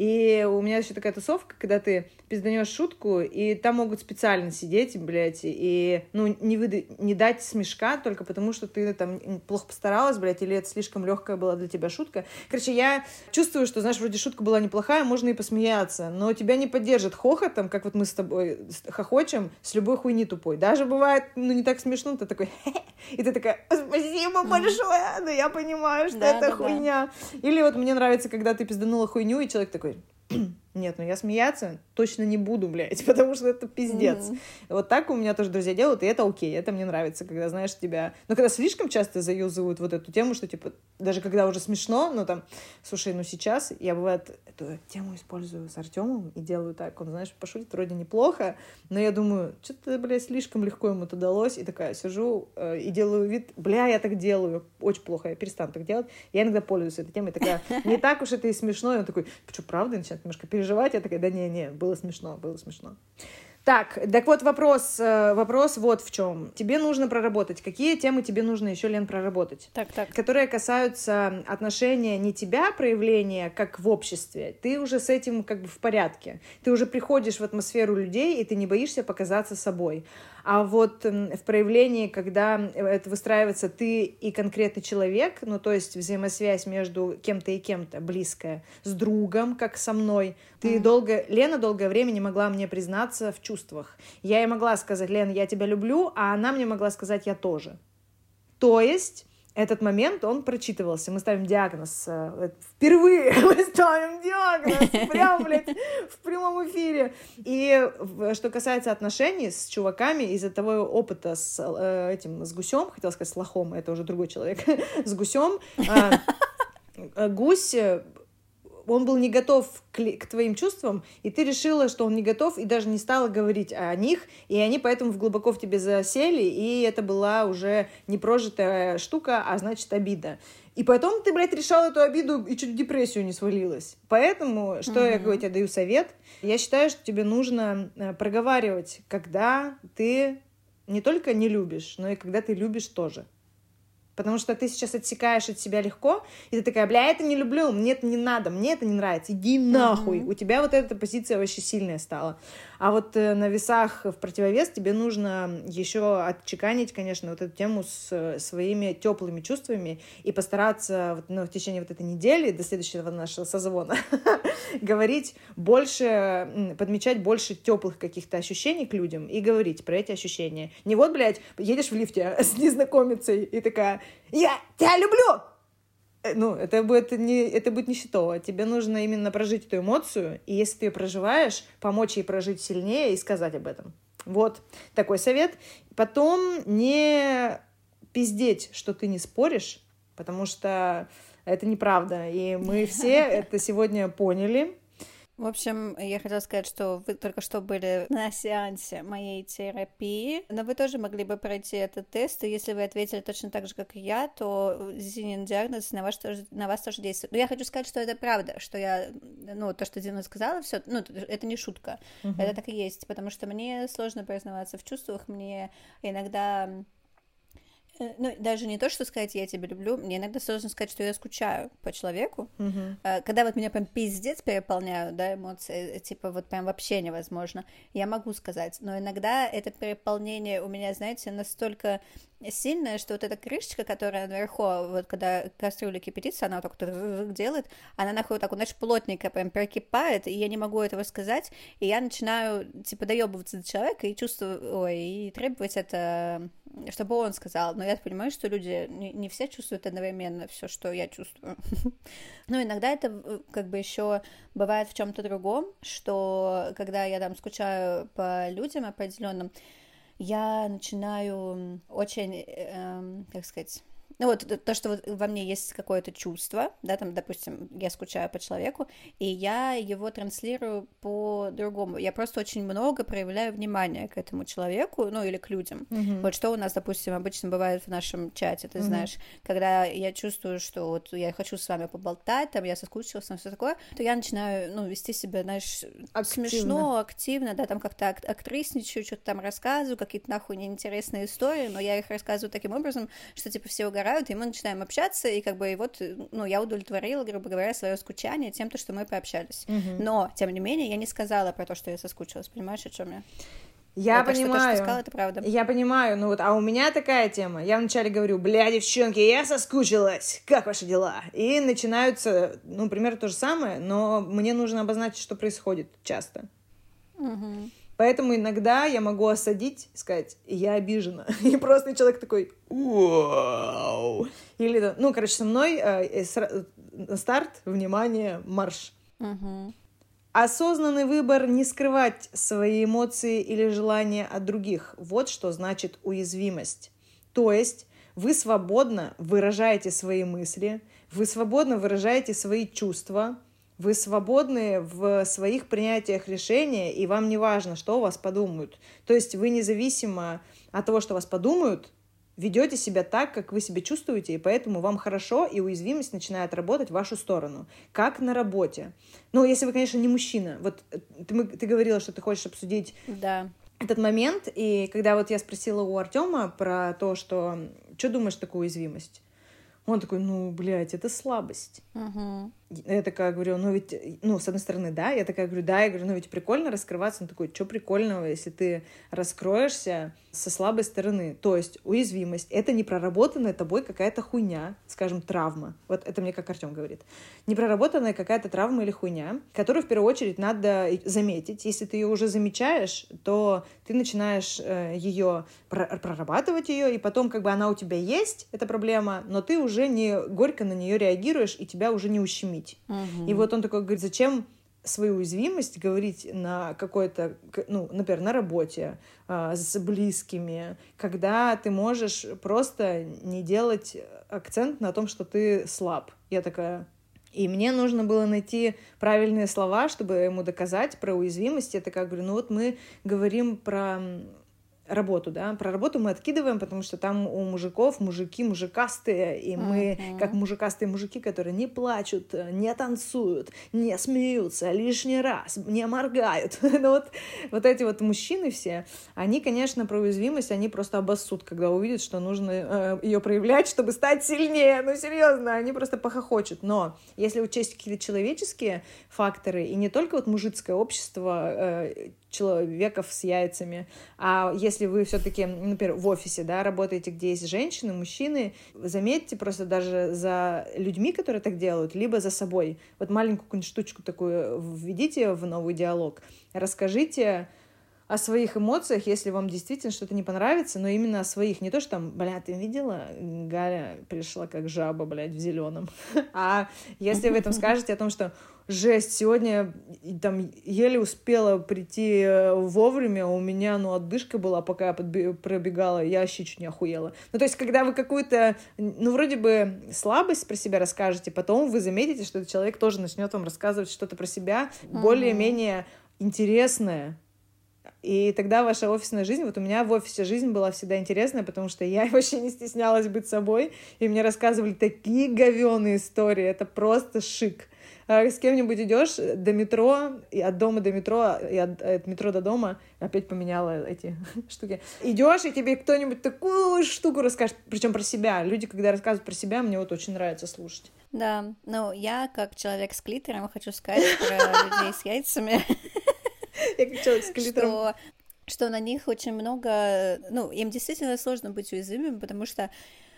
И у меня еще такая тусовка, когда ты пизданешь шутку, и там могут специально сидеть, блядь, и ну, не, выда- не дать смешка только потому, что ты там плохо постаралась, блядь, или это слишком легкая была для тебя шутка. Короче, я чувствую, что, знаешь, вроде шутка была неплохая, можно и посмеяться, но тебя не поддержит хохотом, как вот мы с тобой хохочем с любой хуйни тупой. Даже бывает, ну, не так смешно, ты такой, и ты такая, спасибо большое, но я понимаю, что Да, это да, хуйня. Или вот мне нравится, когда ты пизданула хуйню, и человек такой, нет, ну я смеяться точно не буду, блядь, потому что это пиздец. Mm-hmm. Вот так у меня тоже друзья делают, и это окей, это мне нравится, когда, знаешь, тебя... Но когда слишком часто заюзывают вот эту тему, что, типа, даже когда уже смешно, ну, там, слушай, ну, сейчас я, бывает, эту тему использую с Артемом и делаю так, он, знаешь, пошутит вроде неплохо, но я думаю, что-то, блядь, слишком легко ему это далось, и такая сижу э, и делаю вид, бля, я так делаю, очень плохо, я перестану так делать. Я иногда пользуюсь этой темой, такая, не так уж это и смешно, и он такой, что, правда, и начинает немножко переживать, я такая, да не-не, было смешно, было смешно. Так, так вот вопрос, вопрос вот в чем. Тебе нужно проработать. Какие темы тебе нужно еще, Лен, проработать? Так, так. Которые касаются отношения не тебя, проявления, как в обществе. Ты уже с этим как бы в порядке. Ты уже приходишь в атмосферу людей, и ты не боишься показаться собой. А вот в проявлении, когда это выстраивается ты и конкретный человек, ну, то есть взаимосвязь между кем-то и кем-то, близкая, с другом, как со мной, ты mm-hmm. долго... Лена долгое время не могла мне признаться в чувствах. Я ей могла сказать, Лена, я тебя люблю, а она мне могла сказать, я тоже. То есть этот момент, он прочитывался. Мы ставим диагноз. Впервые мы ставим диагноз. Прям, блядь, в прямом эфире. И что касается отношений с чуваками, из-за того опыта с этим, с гусем, хотела сказать с лохом, это уже другой человек, с гусем, гусь... он был не готов к, к твоим чувствам, и ты решила, что он не готов, и даже не стала говорить о них, и они поэтому глубоко в тебе засели, и это была уже непрожитая штука, а значит, обида. И потом ты, блядь, решала эту обиду и чуть в депрессию не свалилась. Поэтому, что mm-hmm. я говорю, тебе даю совет, я считаю, что тебе нужно проговаривать, когда ты не только не любишь, но и когда ты любишь тоже. Потому что ты сейчас отсекаешь от себя легко, и ты такая, бля, я это не люблю, мне это не надо, мне это не нравится, иди нахуй. Mm-hmm. У тебя вот эта позиция очень сильная стала. А вот э, на весах в противовес тебе нужно еще отчеканить, конечно, вот эту тему с э, своими теплыми чувствами и постараться вот, ну, в течение вот этой недели до следующего нашего созвона говорить больше, подмечать больше теплых каких-то ощущений к людям и говорить про эти ощущения. Не вот, блядь, едешь в лифте с незнакомицей и такая, я тебя люблю! Ну, это будет не, это будет нищетово. Тебе нужно именно прожить эту эмоцию, и если ты ее проживаешь, помочь ей прожить сильнее и сказать об этом. Вот такой совет. Потом не пиздеть, что ты не споришь, потому что это неправда. И мы все это сегодня поняли. В общем, я хотела сказать, что вы только что были на сеансе моей терапии, но вы тоже могли бы пройти этот тест, и если вы ответили точно так же, как и я, то Зинин диагноз на вас тоже, на вас тоже действует. Но я хочу сказать, что это правда, что я, ну, то, что Зина сказала, все, ну, это не шутка, uh-huh. это так и есть, потому что мне сложно признаваться в чувствах, мне иногда... Ну, даже не то, что сказать «я тебя люблю», мне иногда сложно сказать, что я скучаю по человеку. Mm-hmm. Когда вот меня прям пиздец переполняют, да, эмоции, типа вот прям вообще невозможно, я могу сказать, но иногда это переполнение у меня, знаете, настолько сильное, что вот эта крышечка, которая наверху, вот когда кастрюля кипятится, она вот так вот делает, она нахуй вот так вот, знаешь, плотненько прям прокипает, и я не могу этого сказать, и я начинаю, типа, доебываться до человека и чувствую, ой, и требовать это, чтобы он сказал, но я понимаю, что люди не, не все чувствуют одновременно все, что я чувствую. Ну, иногда это как бы еще бывает в чем-то другом, что когда я там скучаю по людям определенным, я начинаю очень, э, как сказать, ну вот то, что вот во мне есть какое-то чувство, да, там, допустим, я скучаю по человеку, и я его транслирую по-другому. Я просто очень много проявляю внимания к этому человеку, ну, или к людям. Mm-hmm. Вот что у нас, допустим, обычно бывает в нашем чате, ты mm-hmm. знаешь, когда я чувствую, что вот я хочу с вами поболтать, там, я соскучилась, там, все такое, то я начинаю, ну, вести себя, знаешь, активно. Смешно, активно, да, там как-то ак- актрисничаю, что-то там рассказываю, какие-то нахуй неинтересные истории, но я их рассказываю таким образом, что, типа, все угорают, и мы начинаем общаться, и как бы, и вот, ну, я удовлетворила, грубо говоря, свое скучание тем, что мы пообщались. Mm-hmm. Но, тем не менее, я не сказала про то, что я соскучилась, понимаешь, о чем я? Я это понимаю. Что, то, что ты сказала, это правда. Я понимаю, ну вот, а у меня такая тема. Я вначале говорю, бля, девчонки, я соскучилась, как ваши дела? И начинаются, ну, примерно то же самое, но мне нужно обозначить, что происходит часто. Mm-hmm. Поэтому иногда я могу осадить и сказать, я обижена. И просто человек такой, вау. Или, ну, короче, со мной э, сра- старт, внимание, марш. Uh-huh. Осознанный выбор не скрывать свои эмоции или желания от других. Вот что значит уязвимость. То есть вы свободно выражаете свои мысли, вы свободно выражаете свои чувства, вы свободны в своих принятиях решения, и вам не важно, что о вас подумают. То есть вы независимо от того, что о вас подумают, ведете себя так, как вы себя чувствуете, и поэтому вам хорошо, и уязвимость начинает работать в вашу сторону. Как на работе. Ну, если вы, конечно, не мужчина. Вот ты, ты говорила, что ты хочешь обсудить да. этот момент, и когда вот я спросила у Артема про то, что... Что думаешь, такое уязвимость? Он такой, ну, блядь, это слабость. Угу. Я такая говорю, ну ведь, ну, с одной стороны, да, я такая говорю, да, я говорю, ну ведь прикольно раскрываться. Он такой, что прикольного, если ты раскроешься со слабой стороны? То есть уязвимость — это не проработанная тобой какая-то хуйня, скажем, травма. Вот это мне как Артем говорит. Непроработанная какая-то травма или хуйня, которую в первую очередь надо заметить. Если ты ее уже замечаешь, то ты начинаешь э, ее прорабатывать ее, и потом как бы она у тебя есть, эта проблема, но ты уже не горько на нее реагируешь, и тебя уже не ущемит. Uh-huh. И вот он такой говорит, зачем свою уязвимость говорить на какой-то, ну, например, на работе, э, с близкими, когда ты можешь просто не делать акцент на том, что ты слаб. Я такая... И мне нужно было найти правильные слова, чтобы ему доказать про уязвимость. Я такая говорю, ну вот мы говорим про... работу, да, про работу мы откидываем, потому что там у мужиков мужики мужикастые, и мы, uh-huh. как мужикастые мужики, которые не плачут, не танцуют, не смеются лишний раз, не моргают. Ну вот, вот эти вот мужчины все, они, конечно, про уязвимость, они просто обоссут, когда увидят, что нужно э, ее проявлять, чтобы стать сильнее. Ну, серьезно, они просто похохочут. Но если учесть какие-то человеческие факторы, и не только вот мужицкое общество, э, человеков с яйцами. А если вы все-таки, например, в офисе, да, работаете, где есть женщины, мужчины, заметьте просто даже за людьми, которые так делают, либо за собой. Вот маленькую какую-нибудь штучку такую введите в новый диалог, расскажите о своих эмоциях, если вам действительно что-то не понравится, но именно о своих. Не то, что там, бля, ты видела? Галя пришла как жаба, блядь, в зеленом. А если вы этом скажете о том, что жесть, сегодня там еле успела прийти вовремя, у меня, ну, отдышка была, пока я подби- пробегала, я вообще чуть не охуела. Ну, то есть, когда вы какую-то, ну, вроде бы слабость про себя расскажете, потом вы заметите, что этот человек тоже начнет вам рассказывать что-то про себя mm-hmm. более-менее интересное. И тогда ваша офисная жизнь, вот у меня в офисе жизнь была всегда интересная, потому что я вообще не стеснялась быть собой, и мне рассказывали такие говёные истории, это просто шик. С кем-нибудь идешь до метро, и от дома до метро, и от, от метро до дома, опять поменяла эти штуки. Идешь, и тебе кто-нибудь такую штуку расскажет, причем про себя. Люди, когда рассказывают про себя, мне вот очень нравится слушать. Да, ну я, как человек с клитором, хочу сказать про людей с яйцами. Я как человек с клитором. Что, что на них очень много... Ну, им действительно сложно быть уязвимыми, потому что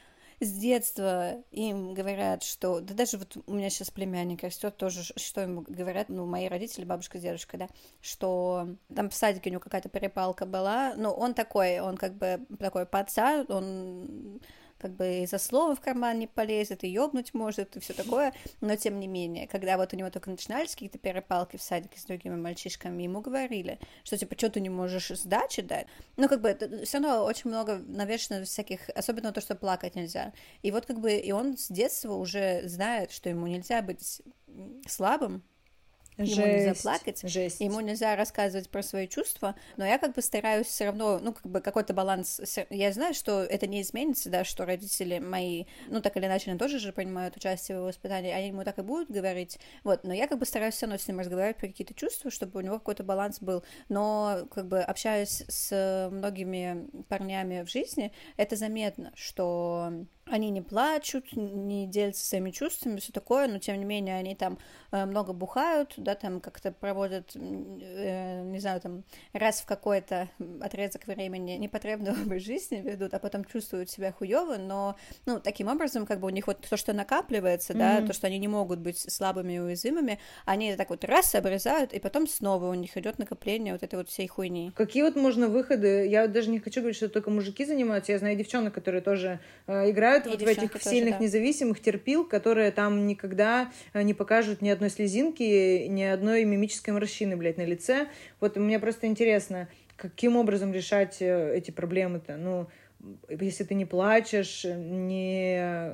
с детства им говорят, что... Да даже вот у меня сейчас племянник растет тоже, что ему говорят, ну, мои родители, бабушка с дедушкой, да, что там в садике у него какая-то перепалка была, ну, он такой, он как бы такой пацан, он... как бы и за слово в карман не полезет, и ёбнуть может, и все такое, но тем не менее, когда вот у него только начинались какие-то перепалки в садике с другими мальчишками, ему говорили, что типа, что ты не можешь сдачи дать, ну как бы все равно очень много навешено всяких, особенно то, что плакать нельзя, и вот как бы и он с детства уже знает, что ему нельзя быть слабым, ему жесть, нельзя плакать, жесть. Ему нельзя рассказывать про свои чувства, но я как бы стараюсь все равно, ну, как бы какой-то баланс, я знаю, что это не изменится, да, что родители мои, ну, так или иначе, они тоже же принимают участие в его воспитании, они ему так и будут говорить, вот, но я как бы стараюсь все равно с ним разговаривать про какие-то чувства, чтобы у него какой-то баланс был, но как бы общаясь с многими парнями в жизни, это заметно, что... Они не плачут, не делятся своими чувствами, все такое, но тем не менее они там э, много бухают, да, там как-то проводят, э, не знаю, там раз в какой-то отрезок времени непотребный образ жизни ведут, а потом чувствуют себя хуёво, но, ну, таким образом, как бы у них вот то, что накапливается, mm-hmm. да, то, что они не могут быть слабыми и уязвимыми, они так вот раз обрезают, и потом снова у них идет накопление вот этой вот всей хуйни. Какие вот можно выходы? Я вот даже не хочу говорить, что только мужики занимаются, я знаю девчонок, которые тоже э, играют и вот в этих тоже, сильных, да. независимых терпил, которые там никогда не покажут ни одной слезинки, ни одной мимической морщины, блядь, на лице. Вот мне просто интересно, каким образом решать эти проблемы-то? Ну, если ты не плачешь, не...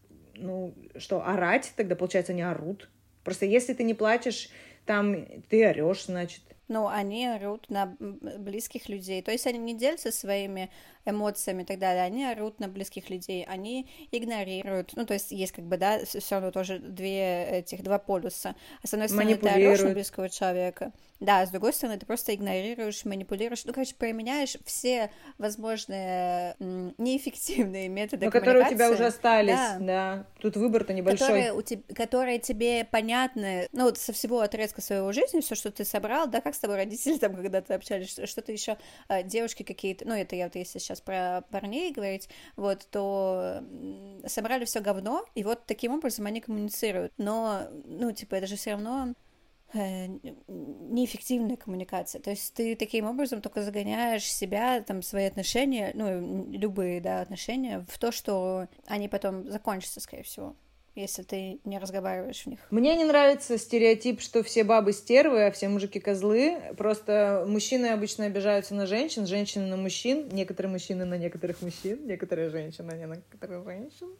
Ну, что, орать? Тогда, получается, они орут. Просто если ты не плачешь, там ты орешь, значит. Ну, они орут на близких людей. То есть они не делятся своими эмоциями и так далее, они орут на близких людей, они игнорируют, ну, то есть есть как бы, да, все равно тоже две этих, два полюса. А с одной стороны, ты орешь на близкого человека, да, а с другой стороны, ты просто игнорируешь, манипулируешь, ну, короче, применяешь все возможные м, неэффективные методы но коммуникации. которые у тебя уже остались, да, да. Тут выбор-то небольшой. Которые, у te- которые тебе понятны, ну, вот со всего отрезка своего жизни, все, что ты собрал, да, как с тобой родители там когда-то общались, что-то еще, девушки какие-то, ну, это я вот если сейчас про парней говорить, вот, то собрали все говно, и вот таким образом они коммуницируют, но, ну, типа, это же все равно неэффективная коммуникация, то есть ты таким образом только загоняешь себя, там, свои отношения, ну, любые, да, отношения, в то, что они потом закончатся, скорее всего, если ты не разговариваешь в них. Мне не нравится стереотип, что все бабы стервы, а все мужики козлы, просто мужчины обычно обижаются на женщин, женщины на мужчин, некоторые мужчины на некоторых мужчин, некоторые женщины на некоторых женщин.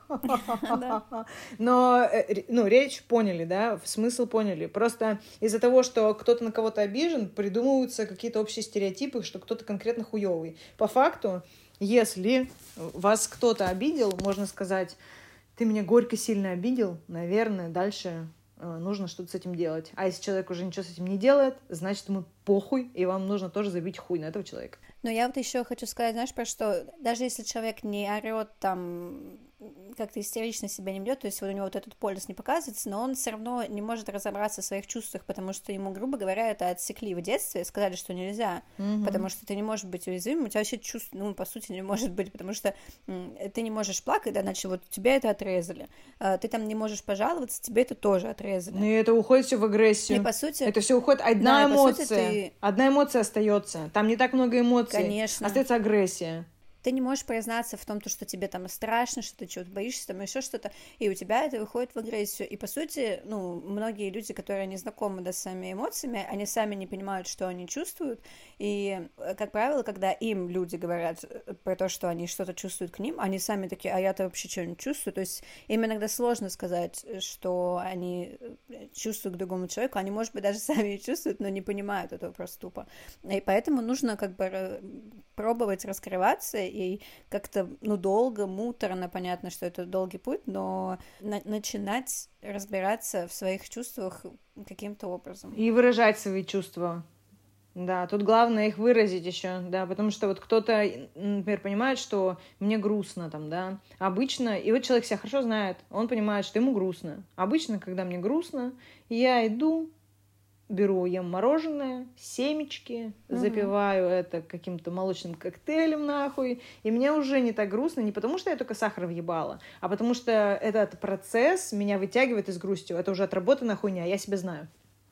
Но, ну, речь поняли, да, смысл поняли. Просто из-за того, что кто-то на кого-то обижен, придумываются какие-то общие стереотипы, что кто-то конкретно хуёвый. По факту, если вас кто-то обидел, можно сказать, ты меня горько сильно обидел, наверное, дальше нужно что-то с этим делать. А если человек уже ничего с этим не делает, значит, ему похуй, и вам нужно тоже забить хуй на этого человека. Но я вот еще хочу сказать, знаешь, про что, даже если человек не орет там, как-то истерично себя не ведет, то есть вот у него вот этот полюс не показывается, но он все равно не может разобраться в своих чувствах, потому что ему, грубо говоря, это отсекли в детстве и сказали, что нельзя, mm-hmm. потому что ты не можешь быть уязвимым, у тебя вообще чувств, ну, по сути, не может быть, потому что м, ты не можешь плакать, да, иначе вот тебя это отрезали, а, ты там не можешь пожаловаться, тебе это тоже отрезали. Ну и это уходит все в агрессию. И по сути... Это все уходит, одна да, эмоция, ты... одна эмоция остается, там не так много эмоций, Конечно. Остается агрессия. Ты не можешь признаться в том, что тебе там страшно, что ты чего-то боишься, там еще что-то, и у тебя это выходит в агрессию. И, по сути, ну, многие люди, которые не знакомы, да, с своими эмоциями, они сами не понимают, что они чувствуют, и, как правило, когда им люди говорят про то, что они что-то чувствуют к ним, они сами такие, а я-то вообще что-нибудь чувствую, то есть им иногда сложно сказать, что они чувствуют к другому человеку, они, может быть, даже сами чувствуют, но не понимают этого просто тупо. И поэтому нужно как бы пробовать раскрываться и как-то, ну, долго, муторно, понятно, что это долгий путь, но на- начинать разбираться в своих чувствах каким-то образом. И выражать свои чувства. Да, тут главное их выразить еще, да, потому что вот кто-то, например, понимает, что мне грустно там, да, обычно, и вот человек себя хорошо знает, он понимает, что ему грустно. Обычно, когда мне грустно, я иду, беру, ем мороженое, семечки, угу. запиваю это каким-то молочным коктейлем нахуй, и мне уже не так грустно, не потому что я только сахар въебала, а потому что этот процесс меня вытягивает из грусти, это уже отработанная хуйня, я себя знаю.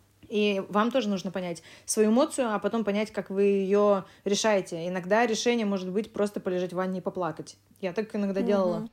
И вам тоже нужно понять свою эмоцию, а потом понять, как вы ее решаете. Иногда решение может быть просто полежать в ванне и поплакать. Я так иногда угу. делала.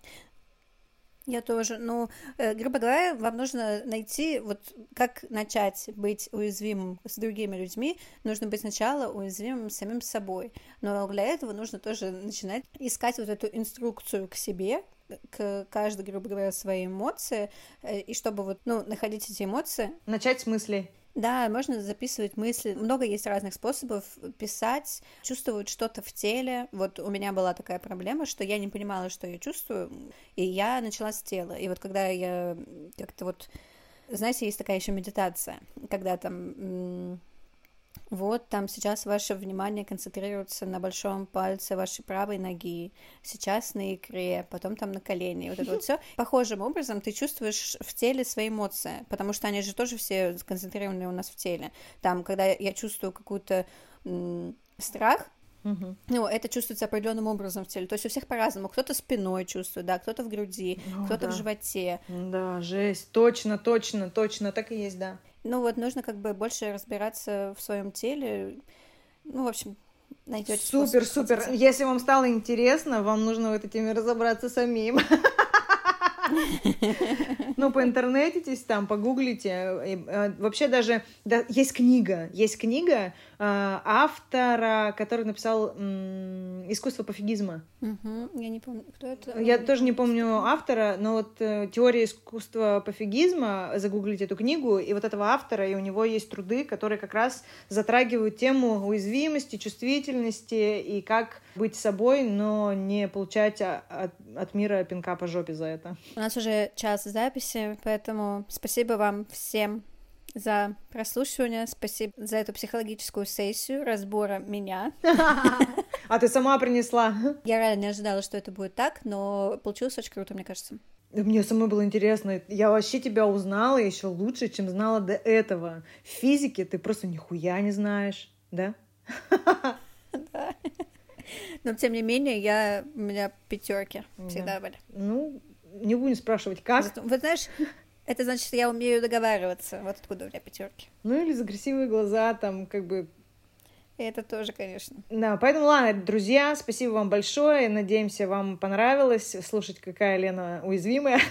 Я тоже. Ну, э, грубо говоря, вам нужно найти, вот как начать быть уязвимым с другими людьми. Нужно быть сначала уязвимым самим собой. Но для этого нужно тоже начинать искать вот эту инструкцию к себе, к каждой, грубо говоря, своей эмоции, э, и чтобы вот, ну, находить эти эмоции. Начать с мыслей. Да, можно записывать мысли. Много есть разных способов писать, чувствовать что-то в теле. Вот у меня была такая проблема, что я не понимала, что я чувствую, и я начала с тела. И вот когда я как-то вот... Знаете, есть такая еще медитация, когда там... Вот, там сейчас ваше внимание концентрируется на большом пальце вашей правой ноги, сейчас на икре, потом там на колене, вот это вот все. Похожим образом ты чувствуешь в теле свои эмоции, потому что они же тоже все сконцентрированы у нас в теле. Там, когда я чувствую какой-то м- страх, Uh-huh. ну, это чувствуется определенным образом в теле. То есть у всех по-разному. Кто-то спиной чувствует, да, кто-то в груди, oh, кто-то да. в животе. Да, жесть. Точно, точно, точно, так и есть, да. Ну вот нужно как бы больше разбираться в своем теле. Ну, в общем, найдете Супер, супер. Если вам стало интересно, вам нужно в этой теме разобраться самим. Ну, поинтернетитесь там, погуглите. Вообще даже есть книга, есть книга автора, который написал «Искусство пофигизма». Я не помню, кто это. Я тоже не помню автора, но вот «Теория искусства пофигизма», загуглите эту книгу, и вот этого автора, и у него есть труды, которые как раз затрагивают тему уязвимости, чувствительности и как быть собой, но не получать от, от мира пинка по жопе за это. У нас уже час записи, поэтому спасибо вам всем за прослушивание, спасибо за эту психологическую сессию разбора меня. А ты сама принесла? Я реально не ожидала, что это будет так, но получилось очень круто, мне кажется. Мне самой было интересно. Я вообще тебя узнала еще лучше, чем знала до этого. В физике ты просто нихуя не знаешь, да? Да. Но, тем не менее, я... у меня пятерки всегда были. Ну, не будем спрашивать, как. Вот знаешь... Это значит, что я умею договариваться. Вот откуда у меня пятерки. Ну или за красивые глаза, там, как бы... И это тоже, конечно. Да, поэтому, ладно, друзья, спасибо вам большое. Надеемся, вам понравилось слушать, какая Лена уязвимая.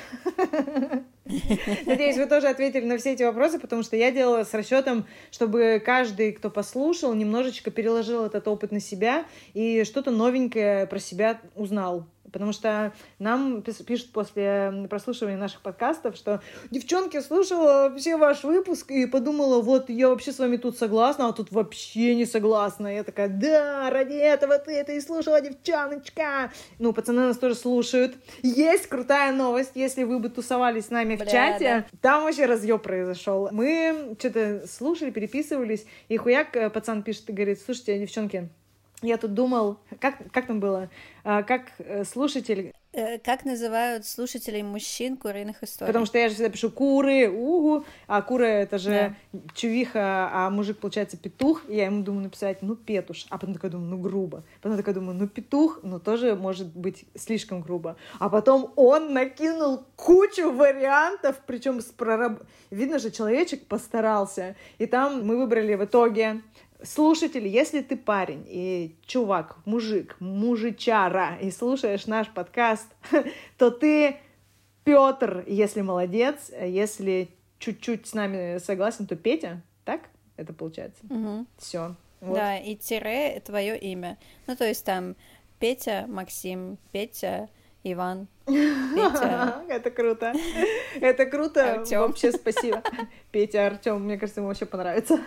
Надеюсь, вы тоже ответили на все эти вопросы, потому что я делала с расчетом, чтобы каждый, кто послушал, немножечко переложил этот опыт на себя и что-то новенькое про себя узнал. Потому что нам пишут после прослушивания наших подкастов, что девчонки, слушала вообще ваш выпуск и подумала, вот я вообще с вами тут согласна, а тут вообще не согласна. Я такая, да, ради этого ты это и слушала, девчоночка. Ну, пацаны нас тоже слушают. Есть крутая новость, если вы бы тусовались с нами Бля, в чате, да. Там вообще разъеб произошел. Мы что-то слушали, переписывались, и хуяк пацан пишет и говорит, слушайте, девчонки, я тут думал, как, как там было, а, как слушатель... Как называют слушателей мужчин куриных историй? Потому что я же всегда пишу куры, угу, а кура это же да. чувиха, а мужик, получается, петух. И я ему думаю написать, ну, петуш. А потом такая думаю, ну, грубо. Потом такая думаю, ну, петух, но тоже может быть слишком грубо. А потом он накинул кучу вариантов, причем с прораб... видно же, человечек постарался. И там мы выбрали в итоге... Слушатель, если ты парень и чувак, мужик, мужичара, и слушаешь наш подкаст, то ты Петр, если молодец, если чуть-чуть с нами согласен, то Петя, так это получается? Угу. Все. Вот. Да, и тире твое имя. Ну, то есть там Петя, Максим, Петя, Иван, Петя. Это круто. Это круто. Артём. Вообще спасибо. Петя, Артём, мне кажется, ему вообще понравится.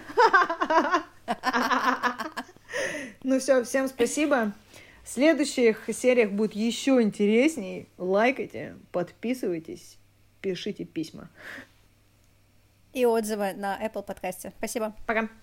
Ну все, всем спасибо. В следующих сериях будет еще интересней. Лайкайте, подписывайтесь, пишите письма. И отзывы на Apple подкасте. Спасибо. Пока.